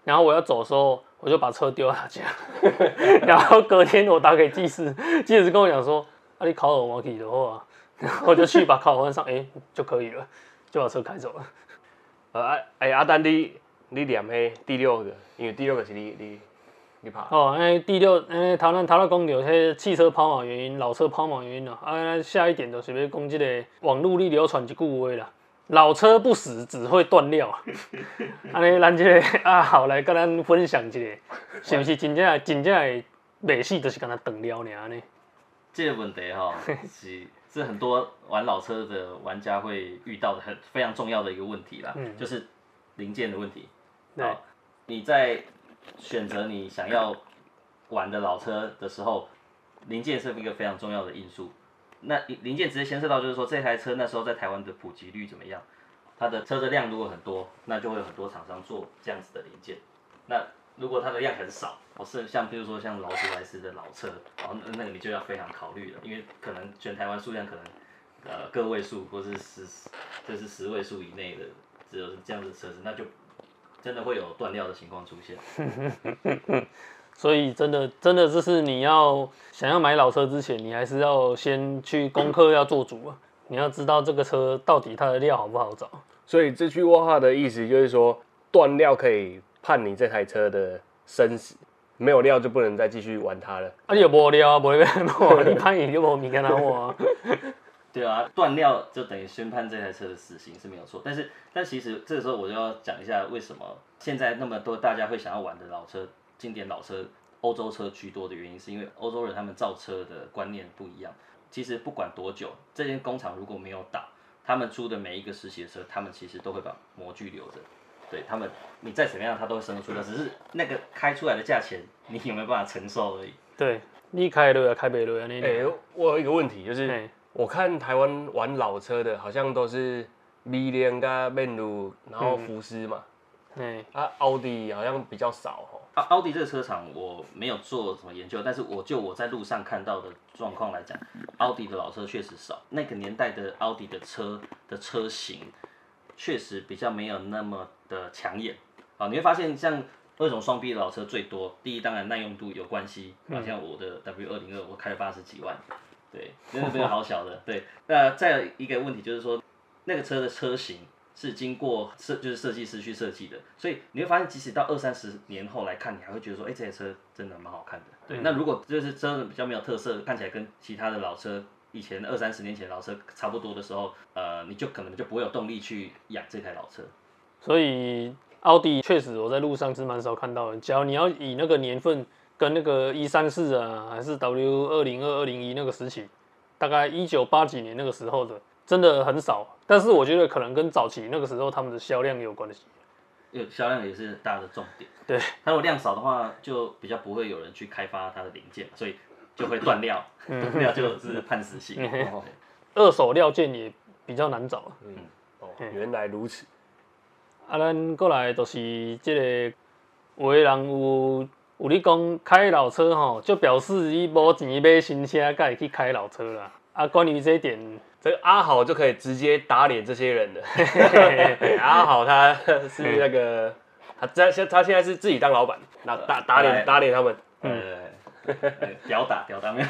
然后我要走的时候，我就把车丢在他家，然后隔天我打给技师，技师跟我讲说，啊你烤耳环去的话，然后我就去把烤耳环上，就可以了，就把车开走了。 阿丹你念迄第6个，因为第6个是你拍。 第6，头咱讲到迄汽车抛锚原因，老车抛锚原因啊，下一点就是要讲这个网络里流传一句话啦。老车不死，只会断料。安尼，咱这个好来跟咱分享一下，是不是真正会袂死，就是跟他断料尔呢？ 这个问题是很多玩老车的玩家会遇到的非常重要的一个问题啦，就是零件的问题。好，你在选择你想要玩的老车的时候，零件是一个非常重要的因素。那零件直接牵涉到就是说，这台车那时候在台湾的普及率怎么样？它的车的量如果很多，那就会有很多厂商做这样子的零件。那如果它的量很少，是像比如说像劳斯莱斯的老车，那个你就要非常考虑了，因为可能全台湾数量可能个位数或是就是10位数以内的，只有这样子的车子，那就真的会有断料的情况出现。 所以真的就是你想要买老车之前，你还是要先去功课要做足啊。你要知道这个车到底它的料好不好找。 所以这句话的意思就是说，断料可以判你这台车的生死，没有料就不能再继续玩它了。 你又无料啊，无你判伊就无物件拿换啊。 对啊，断料就等于宣判这台车的死刑是没有错。但其实这个时候我就要讲一下，为什么现在那么多大家会想要玩的老车。经典老车，欧洲车居多的原因，是因为欧洲人他们造车的观念不一样。其实不管多久，这间工厂如果没有倒，他们出的每一个时期的车，他们其实都会把模具留着。对他们，你再怎么样，他都会生得出的，只是那个开出来的价钱，你有没有办法承受而已。 对，你开落啊，开不落啊， 我有一个问题，就是我看台湾玩老车的，好像都是米莲跟曼鲁，然后福斯嘛。奥迪好像比较少奥迪这个车厂我没有做什么研究，但是我在路上看到的状况来讲，奥迪的老车确实少。那个年代的奥迪的车型确实比较没有那么的抢眼。好，你会发现像为什么双 B 的老车最多？第一，当然耐用度有关系。像我的 W202，我开了80几万，对，那个没有好小的。对，那再有一个问题就是说，那个车的车型。是经过就是设计师去设计的，所以你会发现，即使到20-30年后来看，你还会觉得说，这台车真的蛮好看的。对，那如果就是车比较没有特色，看起来跟其他的老车以前20-30年前的老车差不多的时候，你就可能就不会有动力去养这台老车。 所以奥迪确实我在路上是蛮少看到的。只要你要以那个年份跟那个134啊，还是 W202、201那个时期，大概1980几年那个时候的。真的很少，但是我觉得可能跟早期那个时候他们的销量有关系。 销量也是大的重点。 对， 它如果量少的话，就比较不会有人去开发它的零件，所以就会断料，断料就是判死刑。 二手料件也比较难找。 原来如此。 咱过来就是这个，有的人有你讲开老车吼，就表示你无钱买新车，才会去开老车啦。关于这一点。 这个阿豪就可以直接打脸这些人了。阿豪他是那个，他现在是自己当老板，那打脸他们。 屌打没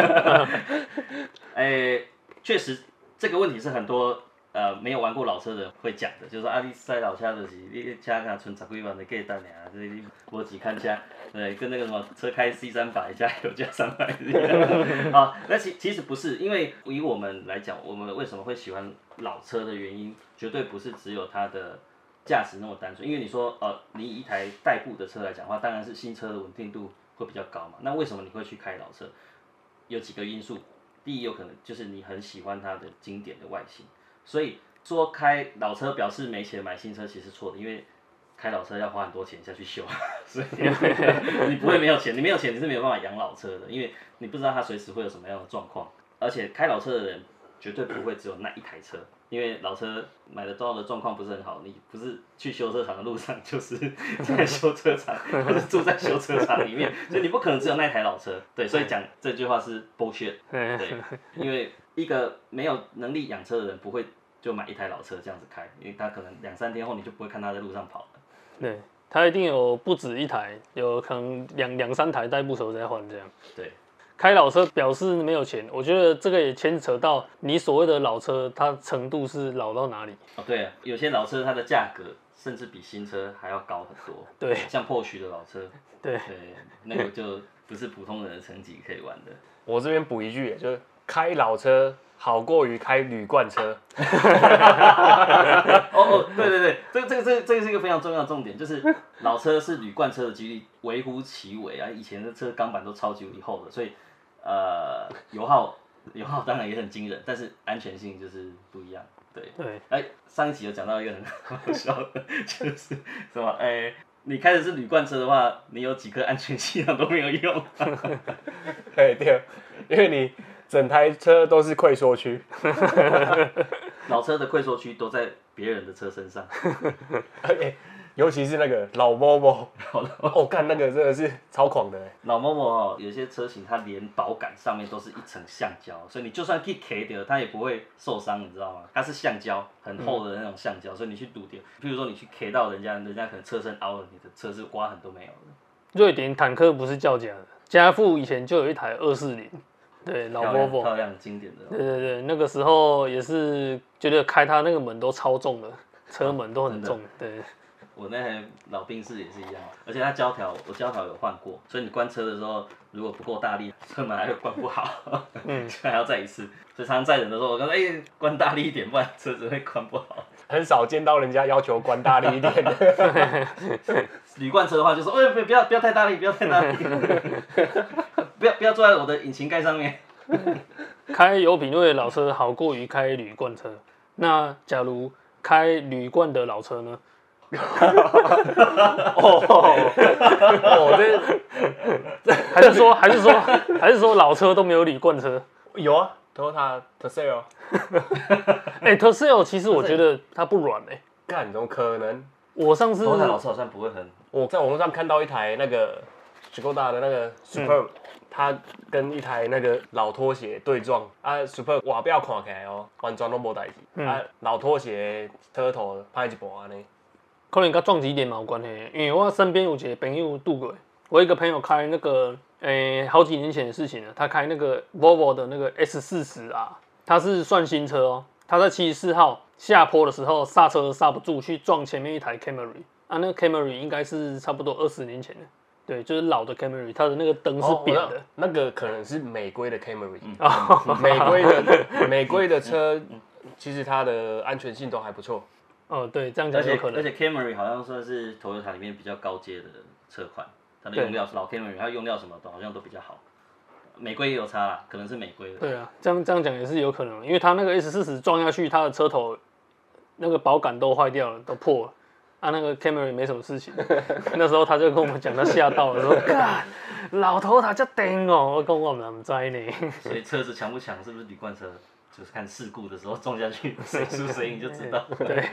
有。确实这个问题是很多没有玩过老车的人会讲的，就是说你塞老车就是你车敢存10几万的价单尔，所以你无钱看车。对，跟那个什么车开 C300加油加300一样。啊，那其实不是，因为以我们来讲，我们为什么会喜欢老车的原因，绝对不是只有它的价值那么单纯。因为你说你一台代步的车来讲的话，当然是新车的稳定度会比较高嘛。那为什么你会去开老车？有几个因素，第一有可能就是你很喜欢它的经典的外形，所以说开老车表示没钱买新车其实错的，因为开老车要花很多钱下去修，所以你不会没有钱，你没有钱你是没有办法养老车的，因为你不知道它随时会有什么样的状况。而且开老车的人绝对不会只有那一台车，因为老车买得到的状况不是很好，你不是去修车厂的路上，就是在修车厂，或者住在修车厂里面，所以你不可能只有那台老车。对，所以讲这句话是 bullshit。对，因为一个没有能力养车的人不会就买一台老车这样子开，因为他可能2-3天后你就不会看他在路上跑了。 对， 它一定有不止一台，有可能两三台代步车在换这样。 对， 开老车表示没有钱，我觉得这个也牵扯到你所谓的老车，它程度是老到哪里。 哦对啊，有些老车它的价格甚至比新车还要高很多。 对， 像Porsche的老车， 对， 那个就不是普通人的层级可以玩的。 我这边补一句，就是开老车好过于开铝罐车。 对，这个是一个非常重要的重点，就是老车是铝罐车的几率微乎其微啊。以前的车钢板都超级无敌厚的，所以油耗当然也很惊人，但是安全性就是不一样。对，上一集有讲到一个很好笑的，就是什么你开的是铝罐车的话，你有几颗安全气囊都没有用。 对，因为你整台车都是溃缩区。 老车的溃缩区都在别人的车身上。 尤其是那个老 Volvo， 干那个真的是超狂的。 老 Volvo 有些车型它连保杆上面都是一层橡胶，所以你就算去 K 掉，它也不会受伤，你知道吗？它是橡胶，很厚的那种橡胶，所以你去堵掉，譬如说你去 K 到人家可能车身凹了，你的车是刮痕都没有的。 瑞典坦克不是叫假的，家父以前就有一台240，对，老 Volvo， 漂亮经典的。 对，那个时候也是觉得开它那个门都超重的，车门都很重，对。 我那台老宾士也是一样，而且它我胶条有换过，所以你关车的时候如果不够大力，车门还会关不好，还要再一次。所以常常载人的时候，我跟他关大力一点，不然车子会关不好。 很少见到人家要求关大力一点的。 铝罐车的话就说，不要太大力，不要太大力，不要坐在我的引擎盖上面。 开有品味的老车好过于开铝罐车。那假如开铝罐的老车呢？还是说老车都没有铝罐车？ 有啊 ，Toyota Tercel。 Tercel 其实我觉得它不软干怎么可能？ 我上次 Toyota老车好像不会很。 我在网络上看到一台那个 Skoda 的那个 Superb，它跟一台那个老拖鞋对撞啊 ，Superb 外表看起来完全都无代志，啊，老拖鞋车头歹一半安尼。 可能跟撞击点嘛有关系，因为我身边有一个朋友度过，我一个朋友开那个，好几年前的事情了，他开那个 Volvo 的那个 S40R， 他是算新车哦，他在74号下坡的时候刹车刹不住，去撞前面一台 Camry， 啊，那个 Camry 应该是差不多20年前的，对，就是老的 Camry， 它的那个灯是扁的， 那个可能是美规的 Camry，美规的车，其实它的安全性都还不错。 对，这样讲有可能。 而且 Camry 好像算是 Toyota 里面比较高阶的车款，它的用料老 Camry 它用料什么好像都比较好。美规也有差啦，可能是美规的。 对啊，这样讲也是有可能，因为它那个 S40撞下去，它的车头那个保杆都坏掉了，都破了。啊，那个 Camry 没什么事情。那时候他就跟我们讲，他吓到了，说：“干，老头他叫顶哦！”我讲我们唔知呢。 所以车子强不强，是不是铝罐车？就是看事故的时候撞下去，谁输谁赢就知道。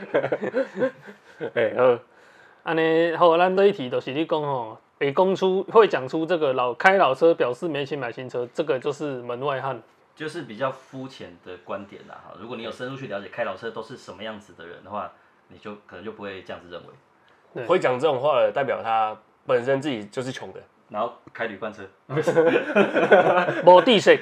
对，安尼好，咱这一题就是你讲吼，会讲出这个开老车表示没钱买新车，这个就是门外汉， 就是比较肤浅的观点啦。如果你有深入去了解开老车都是什么样子的人的话，你就可能就不会这样子认为。 会讲这种话的，代表他本身自己就是穷的。 然后开铝罐车， 没地势。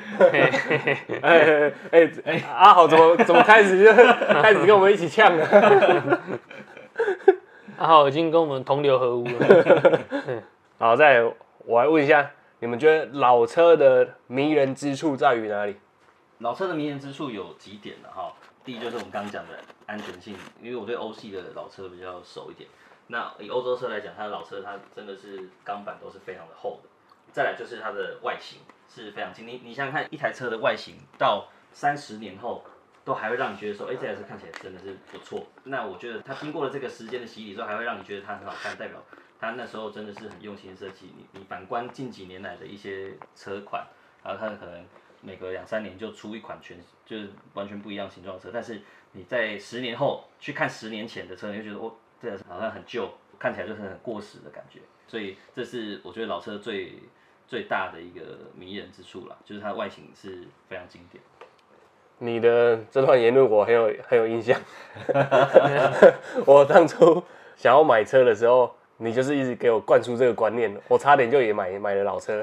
阿豪怎么开始跟我们一起呛了？ 阿豪已经跟我们同流合污了。 好，再来我来问一下，你们觉得老车的迷人之处在于哪里？ 老车的迷人之处有几点了哈。第一就是我们刚刚讲的安全性，因为我对欧系的老车比较熟一点。那以欧洲车来讲，它的老车它真的是钢板都是非常的厚的。再来就是它的外形是非常轻，你想想看，一台车的外形到30年后，都还会让你觉得说，这台车看起来真的是不错。那我觉得它经过了这个时间的洗礼之后，还会让你觉得它很好看，代表它那时候真的是很用心设计。你反观近几年来的一些车款，然后它可能每隔2-3年就出一款就是完全不一样形状的车，但是你在10年后去看10年前的车，你就觉得这台车好像很旧，看起来就是很过时的感觉。所以这是我觉得老车最大的一个迷人之处啦，就是它的外形是非常经典。 你的这段言论我很有印象。我当初想要买车的时候， 你就是一直给我灌输这个观念，我差点就也买了老车，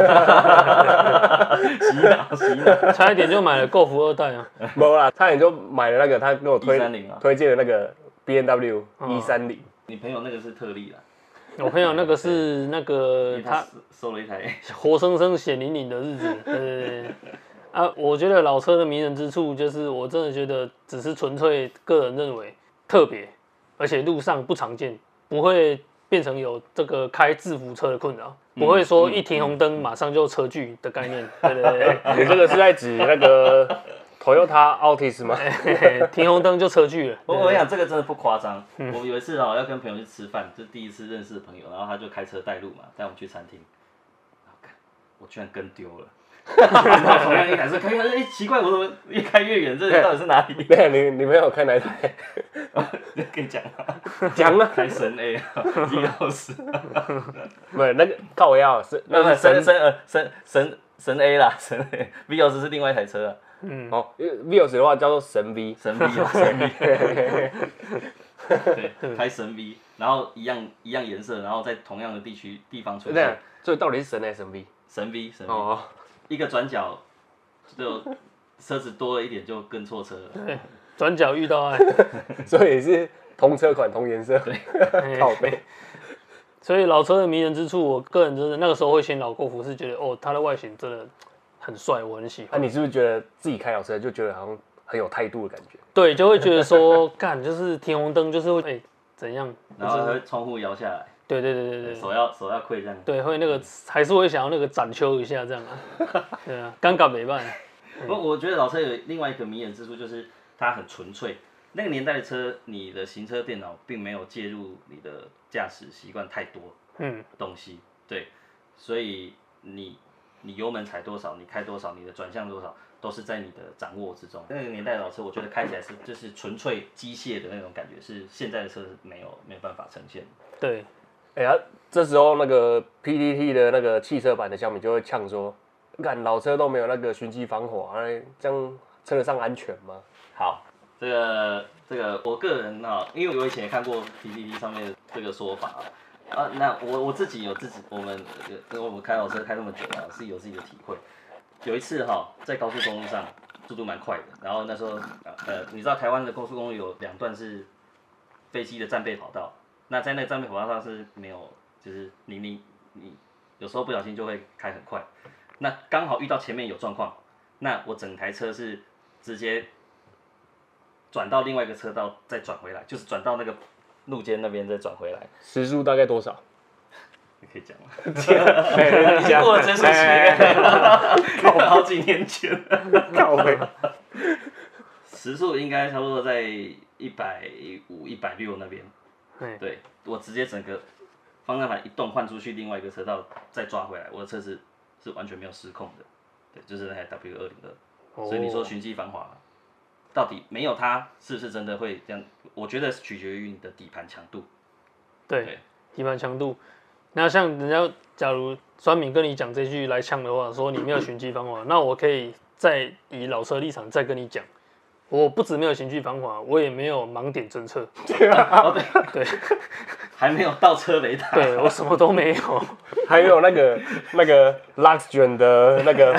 洗脑， 差一点就买了购福2代啊。 没啦，差点就买了那个他跟我 130啊推荐的那个 B&W 130。 你朋友那个是特例啦， 我朋友那个是那个他收了一台活生生血淋淋的日子，对啊，我觉得老车的迷人之处就是我真的觉得只是纯粹个人认为特别，而且路上不常见，不会变成有这个开制服车的困扰，不会说一停红灯马上就车距的概念。对对对， 你这个是在指那个 Toyota Altis 吗？ 停红灯就车距了。 我想这个真的不夸张。我有一次要跟朋友去吃饭，就第一次认识的朋友，然后他就开车带路嘛，带我们去餐厅，我居然跟丢了。同样一台车开，奇怪，我怎么越开越远？这到底是哪里？ 对，你朋友开哪一台？ 跟你讲啊， 讲啊， 开神 A 啊，V60， 不是那个靠腰是那是神 A 啦，神 A，V60是另外一台车啊。 哦，V60的话叫做神 V， 神 V 啊，神 V， 对，开神 V， 然后一样颜色，然后在同样的地方出现。 所以到底是神还是神 V？ 神 V， 哦， 一个转角就车子多了一点就跟错车了。 对，转角遇到爱， 所以是同车款同颜色， 对， 靠背。 所以老车的迷人之处，我个人真的那个时候会选老购福，是觉得哦，它的外形真的很帅，我很喜欢。 你是不是觉得自己开老车就觉得好像很有态度的感觉？ 对，就会觉得说，干就是停红灯，就是会怎样， 然后会窗户摇下来。 对， 手要跪这样。 对，会那个还是会想要那个展秋一下这样啊。对啊，尴尬没办法。 我觉得老车有另外一个迷人之处，就是它很纯粹。那个年代的车，你的行车电脑并没有介入你的驾驶习惯太多东西，对，所以你油门踩多少，你开多少，你的转向多少，都是在你的掌握之中。那个年代的老车，我觉得开起来就是纯粹机械的那种感觉，是现在的车没有办法呈现。 对， 这时候那个 PTT 的那个汽车版的小米就会呛说，干老车都没有那个循迹防火，这样称得上安全吗？ 好。这个，我个人因为我以前也看过 PTT 上面这个说法那我自己我们开老车开那么久是有自己的体会。有一次在高速公路上速度蛮快的，然后那时候你知道台湾的高速公路有2段是飞机的战备跑道，那在那个战备跑道上是没有，就是你有时候不小心就会开很快，那刚好遇到前面有状况，那我整台车是直接转到另外一个车道，再转回来，就是转到那个路肩那边再转回来。 时速大概多少？ 你可以讲吗？已经过了真实期，好几年前了。 靠背。 时速应该差不多在150、160那边。对，我直接整个方向盘一动换出去另外一个车道，再抓回来，我的车子是完全没有失控的。对，就是那台 W202。所以你说循迹防滑。到底没有它，是不是真的会这样？我觉得取决于你的底盘强度。 对，底盘强度。那像人家假如酸敏跟你讲这句来呛的话，说你没有循迹防滑，那我可以再以老车立场再跟你讲，我不止没有循迹防滑，我也没有盲点侦测。对， 还没有倒车雷达。 对，我什么都没有。 还有那个 Luxgen 的那个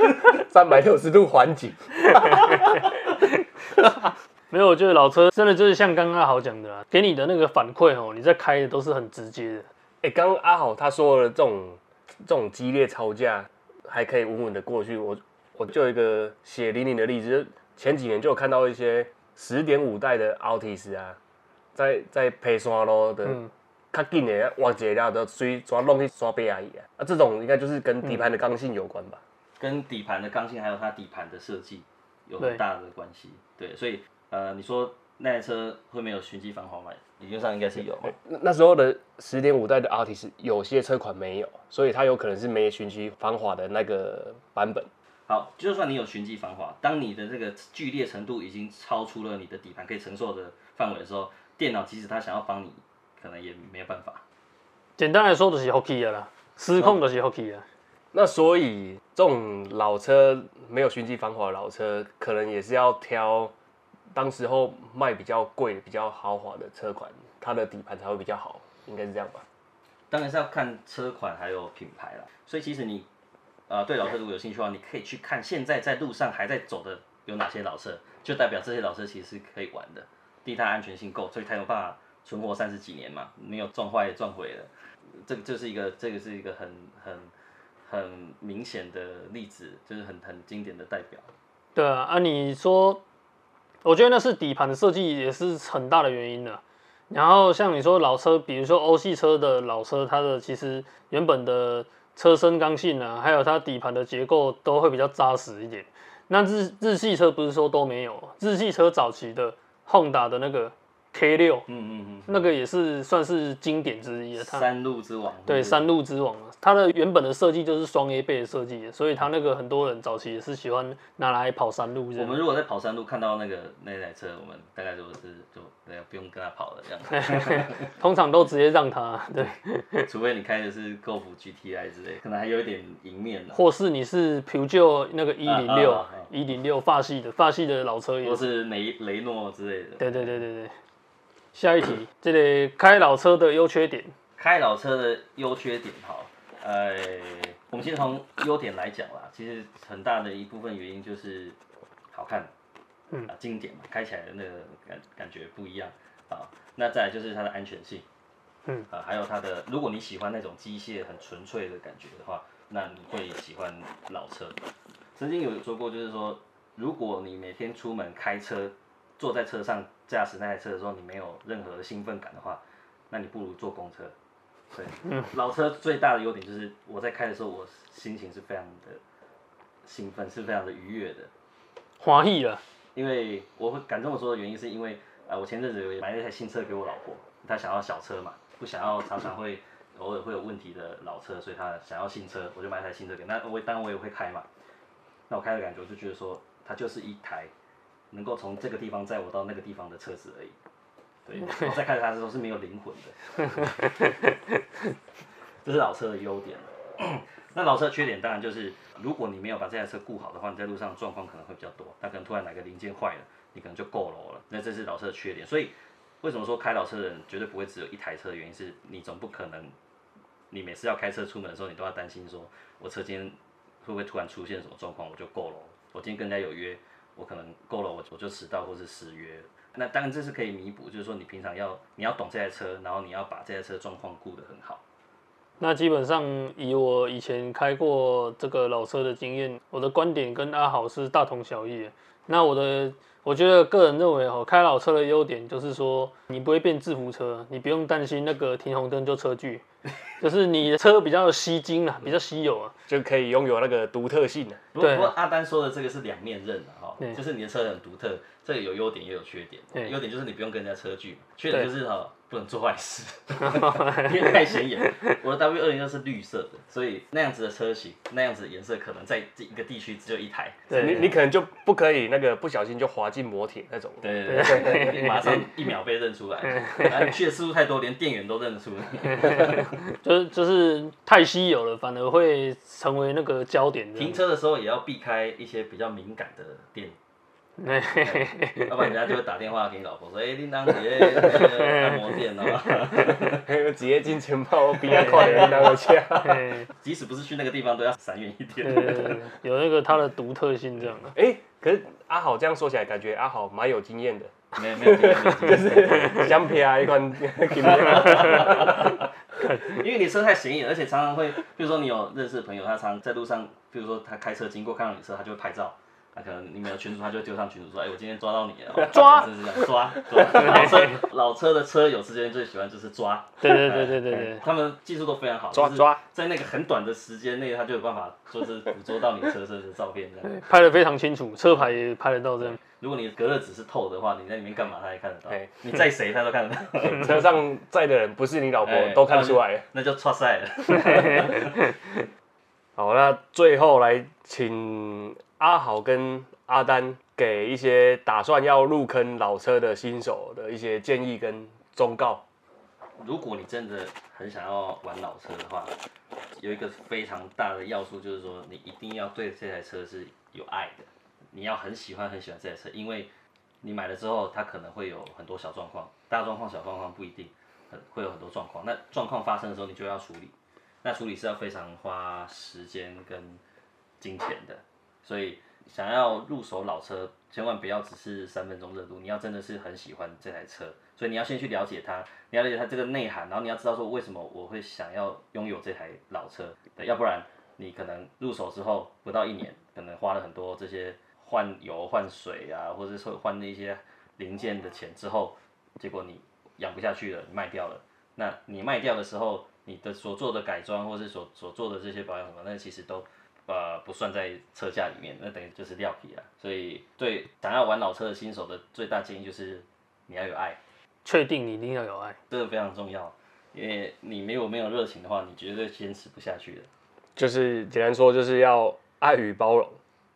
360度环景。 没有，我觉得老车真的就是像刚刚阿豪讲的啦，给你的那个反馈你在开的都是很直接的。 刚刚阿豪他说的这种激烈超价还可以稳稳的过去，我就有一个血淋淋的例子，就前几年就有看到一些10.5代的 Altis 在陪山路的，较紧的挖一了就随抓弄去山边而已这种应该就是跟底盘的刚性有关吧？ 跟底盘的刚性还有它底盘的设计有很大的关系。对，所以你说那台车会没有循迹防滑吗？理论上应该是有。 那时候的10.5代的 Altis 有些车款没有，所以它有可能是没循迹防滑的那个版本。 好，就算你有循迹防滑，当你的这个剧烈程度已经超出了你的底盘可以承受的范围的时候，电脑即使它想要帮你，可能也没有办法。 简单来说就是福气啦，失控就是福气啊。 那所以这种老车没有循迹防滑的老车，可能也是要挑当时候卖比较贵、比较豪华的车款，它的底盘才会比较好。 应该是这样吧？ 当然是要看车款还有品牌啦。所以其实你对老车如果有兴趣的话，你可以去看现在在路上还在走的有哪些老车，就代表这些老车其实是可以玩的。第一，它安全性够，所以它有办法存活30几年嘛，没有撞坏撞毁了。这个是一个很明显的例子，就是很经典的代表。 对啊，你说，我觉得那是底盘的设计也是很大的原因的。然后像你说老车，比如说欧系车的老车，它的其实原本的车身刚性啊，还有它底盘的结构都会比较扎实一点。那日系车不是说都没有，日系车早期的 Honda 的那个 K6，那个也是算是经典之一的。 山路之王。 对，山路之王，它的原本的设计就是双 A 倍的设计，所以它那个很多人早期也是喜欢拿来跑山路。 我们如果在跑山路看到那台车，我们大概就不用跟他跑了这样。 通常都直接让他，对， 除非你开的是 Golf GTI 之类，可能还有一点迎面的。 或是你是 Peugeot 那个106法系的老车也是， 或是雷诺之类的。 对。下一题，这个开老车的优缺点。 开老车的优缺点哈，我们先从优点来讲啦。其实很大的一部分原因就是好看，经典嘛，开起来的那个感觉不一样啊。那再来就是它的安全性，还有它的，如果你喜欢那种机械很纯粹的感觉的话，那你会喜欢老车。曾经有说过，就是说，如果你每天出门开车，坐在车上驾驶那台车的时候，你没有任何的兴奋感的话，那你不如坐公车。对，老车最大的优点就是我在开的时候，我心情是非常的兴奋，是非常的愉悦的， 欢喜了。 因为我会敢这么说的原因，是因为我前阵子买了一台新车给我老婆，她想要小车嘛，不想要常常会偶尔会有问题的老车，所以她想要新车，我就买一台新车给她。那当然我也会开嘛，那我开的感觉我就觉得说，它就是一台能够从这个地方载我到那个地方的车子而已。对，我在开着它的时候是没有灵魂的，这是老车的优点。那老车的缺点当然就是，如果你没有把这台车顾好的话，你在路上状况可能会比较多。它可能突然哪个零件坏了，你可能就够楼了。那这是老车的缺点。所以为什么说开老车的人绝对不会只有一台车的原因是，你总不可能，你每次要开车出门的时候，你都要担心说，我车今天会不会突然出现什么状况，我就够楼。我今天跟人家有约，我可能够了，我就迟到或是失约。那当然这是可以弥补，就是说你平常你要懂这台车，然后你要把这台车状况顾得很好。 那基本上以我以前开过这个老车的经验，我的观点跟阿豪是大同小异的。那我觉得个人认为开老车的优点就是说，你不会变制服车，你不用担心那个停红灯就车距，就是你的车比较吸睛啊，比较稀有啊， 就可以拥有那个独特性。 不过阿丹说的这个是两面刃的哈，就是你的车很独特，这个有优点也有缺点。优点就是你不用跟人家车距，缺点就是不能做坏事，因为太显眼。我的 W206是绿色的，所以那样子的车型，那样子的颜色，可能在一个地区只有一台。 你可能就不可以那个不小心就滑进摩铁那种。 对，马上1秒被认出来。你去的次数太多，连店员都认得出你。就是太稀有了，反而会成为那个焦点。 停车的时候也要避开一些比较敏感的店。要不然人家就会打电话给你老婆说：“你当直接按摩店哦。” 直接进钱包比较快的那个价。 即使不是去那个地方，都要闪远一点。 有那个它的独特性这样的。 可是阿豪这样说起来，感觉阿豪蛮有经验的。 没有经验， 就是相撇一款经验。 因为你车太显眼，而且常常会，比如说你有认识的朋友，他常在路上，比如说他开车经过看到你车，他就会拍照。那可能你没有群组，他就会丢上群组说：“我今天抓到你了。” 抓， 就是这样抓。老车的车友之间最喜欢就是抓。 对， 他们技术都非常好。 抓， 在那个很短的时间内，他就有办法就是捕捉到你车身的照片，这样。 拍得非常清楚，车牌也拍得到这样。 如果你隔热纸是透的话，你在里面干嘛他也看得到。你载谁他都看得到。 车上载的人不是你老婆都看出来。 那就错赛了。 好，那最后来请阿豪跟阿丹给一些打算要入坑老车的新手的一些建议跟忠告。 如果你真的很想要玩老车的话，有一个非常大的要素就是说，你一定要对这台车是有爱的，你要很喜欢这台车，因为你买了之后，它可能会有很多小状况，大状况、小状况不一定。 会有很多状况。那状况发生的时候，你就要处理。那处理是要非常花时间跟金钱的，所以想要入手老车，千万不要只是3分钟热度，你要真的是很喜欢这台车，所以你要先去了解它，你要了解它这个内涵，然后你要知道说为什么我会想要拥有这台老车，要不然你可能入手之后不到1年，可能花了很多这些换油换水啊，或者是换那些零件的钱之后，结果你养不下去了，你卖掉了。那你卖掉的时候，你的所做的改装或是所做的这些保养什么，那其实都不算在车价里面，那等于就是料皮啦。所以对想要玩老车的新手的最大建议就是你要有爱， 确定你一定要有爱， 这个非常重要，因为你没有热情的话，你绝对坚持不下去的。 就是简单说，就是要爱与包容。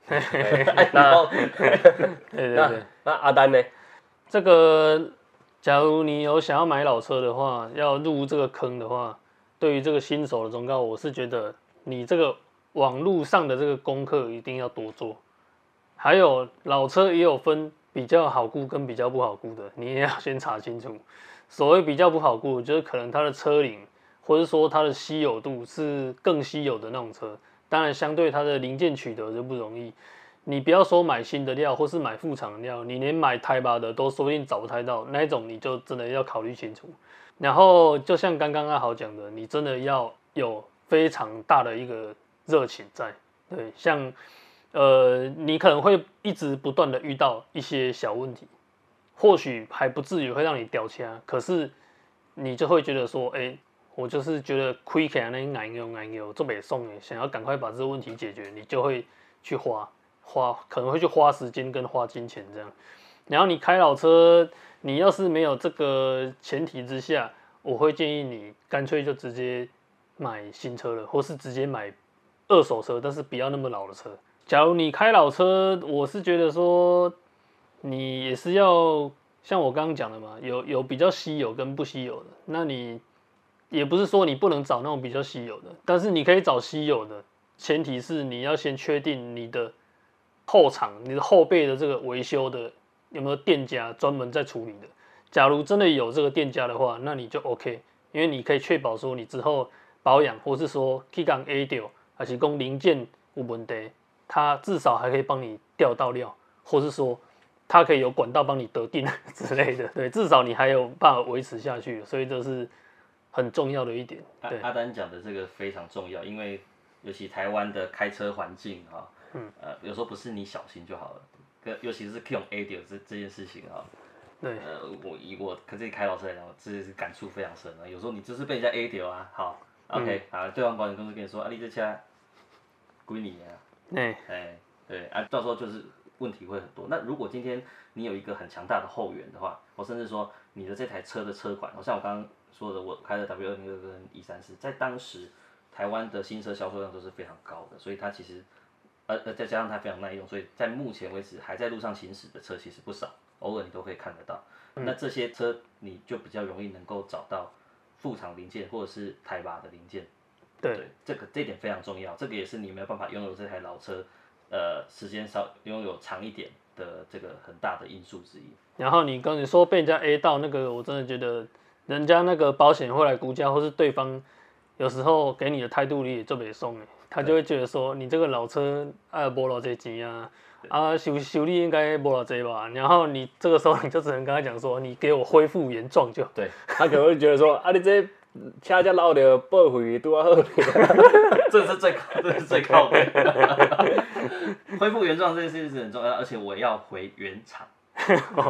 那阿丹呢？ 这个假如你有想要买老车的话，要入这个坑的话，对于这个新手的忠告，我是觉得你这个网络上的这个功课一定要多做。还有老车也有分比较好估跟比较不好估的，你也要先查清楚。所谓比较不好估，就是可能它的车龄，或者说它的稀有度是更稀有的那种车，当然相对它的零件取得就不容易。你不要说买新的料，或是买副厂的料，你连买台拔的都说不定找不太到，那一种你就真的要考虑清楚。然后就像刚刚阿豪讲的，你真的要有非常大的一个热情在。对，像你可能会一直不断的遇到一些小问题，或许还不至于会让你掉车，可是你就会觉得说，我就是觉得开起来那难用做不爽的，想要赶快把这个问题解决，你就会去可能会去花时间跟花金钱这样。然后你开老车，你要是没有这个前提之下，我会建议你干脆就直接买新车了，或是直接买2手车，但是不要那么老的车。假如你开老车，我是觉得说你也是要像我刚刚讲的嘛，有比较稀有跟不稀有的，那你也不是说你不能找那种比较稀有的，但是你可以找稀有的，前提是你要先确定你的后厂、你的后备的这个维修的有没有店家专门在处理的。假如真的有这个店家的话，那你就 OK， 因为你可以确保说你之后保养，或是说去讲 A 掉，还是讲零件有问题，它至少还可以帮你调到料，或是说它可以有管道帮你得定之类的。对，至少你还有辦法维持下去，所以这是很重要的一点。 阿丹讲的这个非常重要，因为尤其台湾的开车环境哈，有时候不是你小心就好了，尤其是用 A 掉这件事情哈。 对， 我自己开老车来讲，这是感触非常深啊。有时候你就是被人家 A 掉啊，好 ，OK，好，对方保险公司跟你说，你这车归你啊，对啊，到时候就是问题会很多。那如果今天你有一个很强大的后援的话，甚至说你的这台车的车款，像我刚刚说的，我开的 W202跟134，在当时台湾的新车销售量都是非常高的，所以它其实再加上它非常耐用，所以在目前为止还在路上行驶的车其实不少，偶尔你都可以看得到。那这些车你就比较容易能够找到副厂零件或者是台拔的零件。对，这一点非常重要，这个也是你没有办法拥有这台老车，时间拥有长一点的这个很大的因素之一。 然后你刚才说被人家 A 到那个，我真的觉得人家那个保险会来估价，或是对方有时候给你的态度你也做不爽的，他就会觉得说你这个老车没偌济钱啊，修理应该没偌济吧，然后你这个时候你就只能跟他讲说，你给我恢复原状就。 对，他可能会觉得说你这车才老的报废拄好。 这是最靠背。恢复原状这件事情很重要，而且我要回原厂。你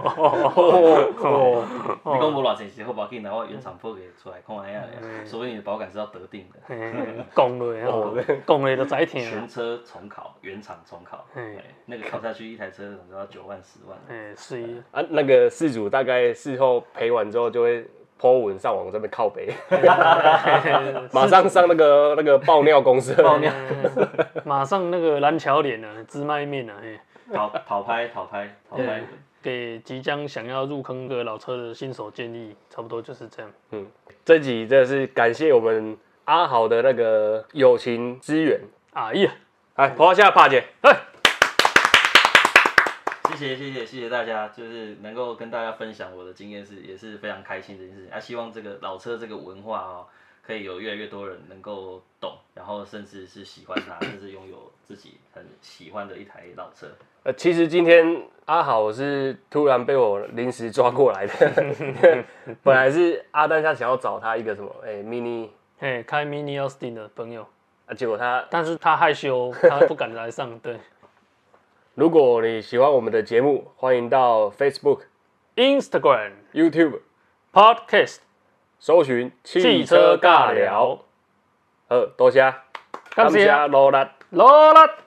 讲无偌济时候无要紧，我原厂报给出来看下咧，说不定你的保感是要得定的。 讲落就知听。 全车重考，原厂重考，那个考下去一台车可能要9万10万。 是啊，那个事主大概事后赔完之后就会po文上网这边靠北，马上上那个爆料公司， 爆料，马上那个蓝桥脸啊，自卖面啊， 讨拍。 给即将想要入坑个老车的新手建议，差不多就是这样。 这集真的是感谢我们阿豪的那个友情支援。 哎呀， 来，跑下拍姐， 谢谢大家，就是能够跟大家分享我的经验也是非常开心的一件事情。希望这个老车这个文化哦，可以有越来越多人能够懂，然后甚至是喜欢它，甚至拥有自己很喜欢的一台老车。 其实今天阿豪是突然被我临时抓过来的，本来是阿丹想要找他一个什么mini， 开 mini Austin 的朋友， 结果但是他害羞，他不敢来上。对， 如果你喜欢我们的节目，欢迎到 Facebook、Instagram、YouTube、Podcast 搜寻汽车尬聊。多谢， 感谢罗拉。 罗拉。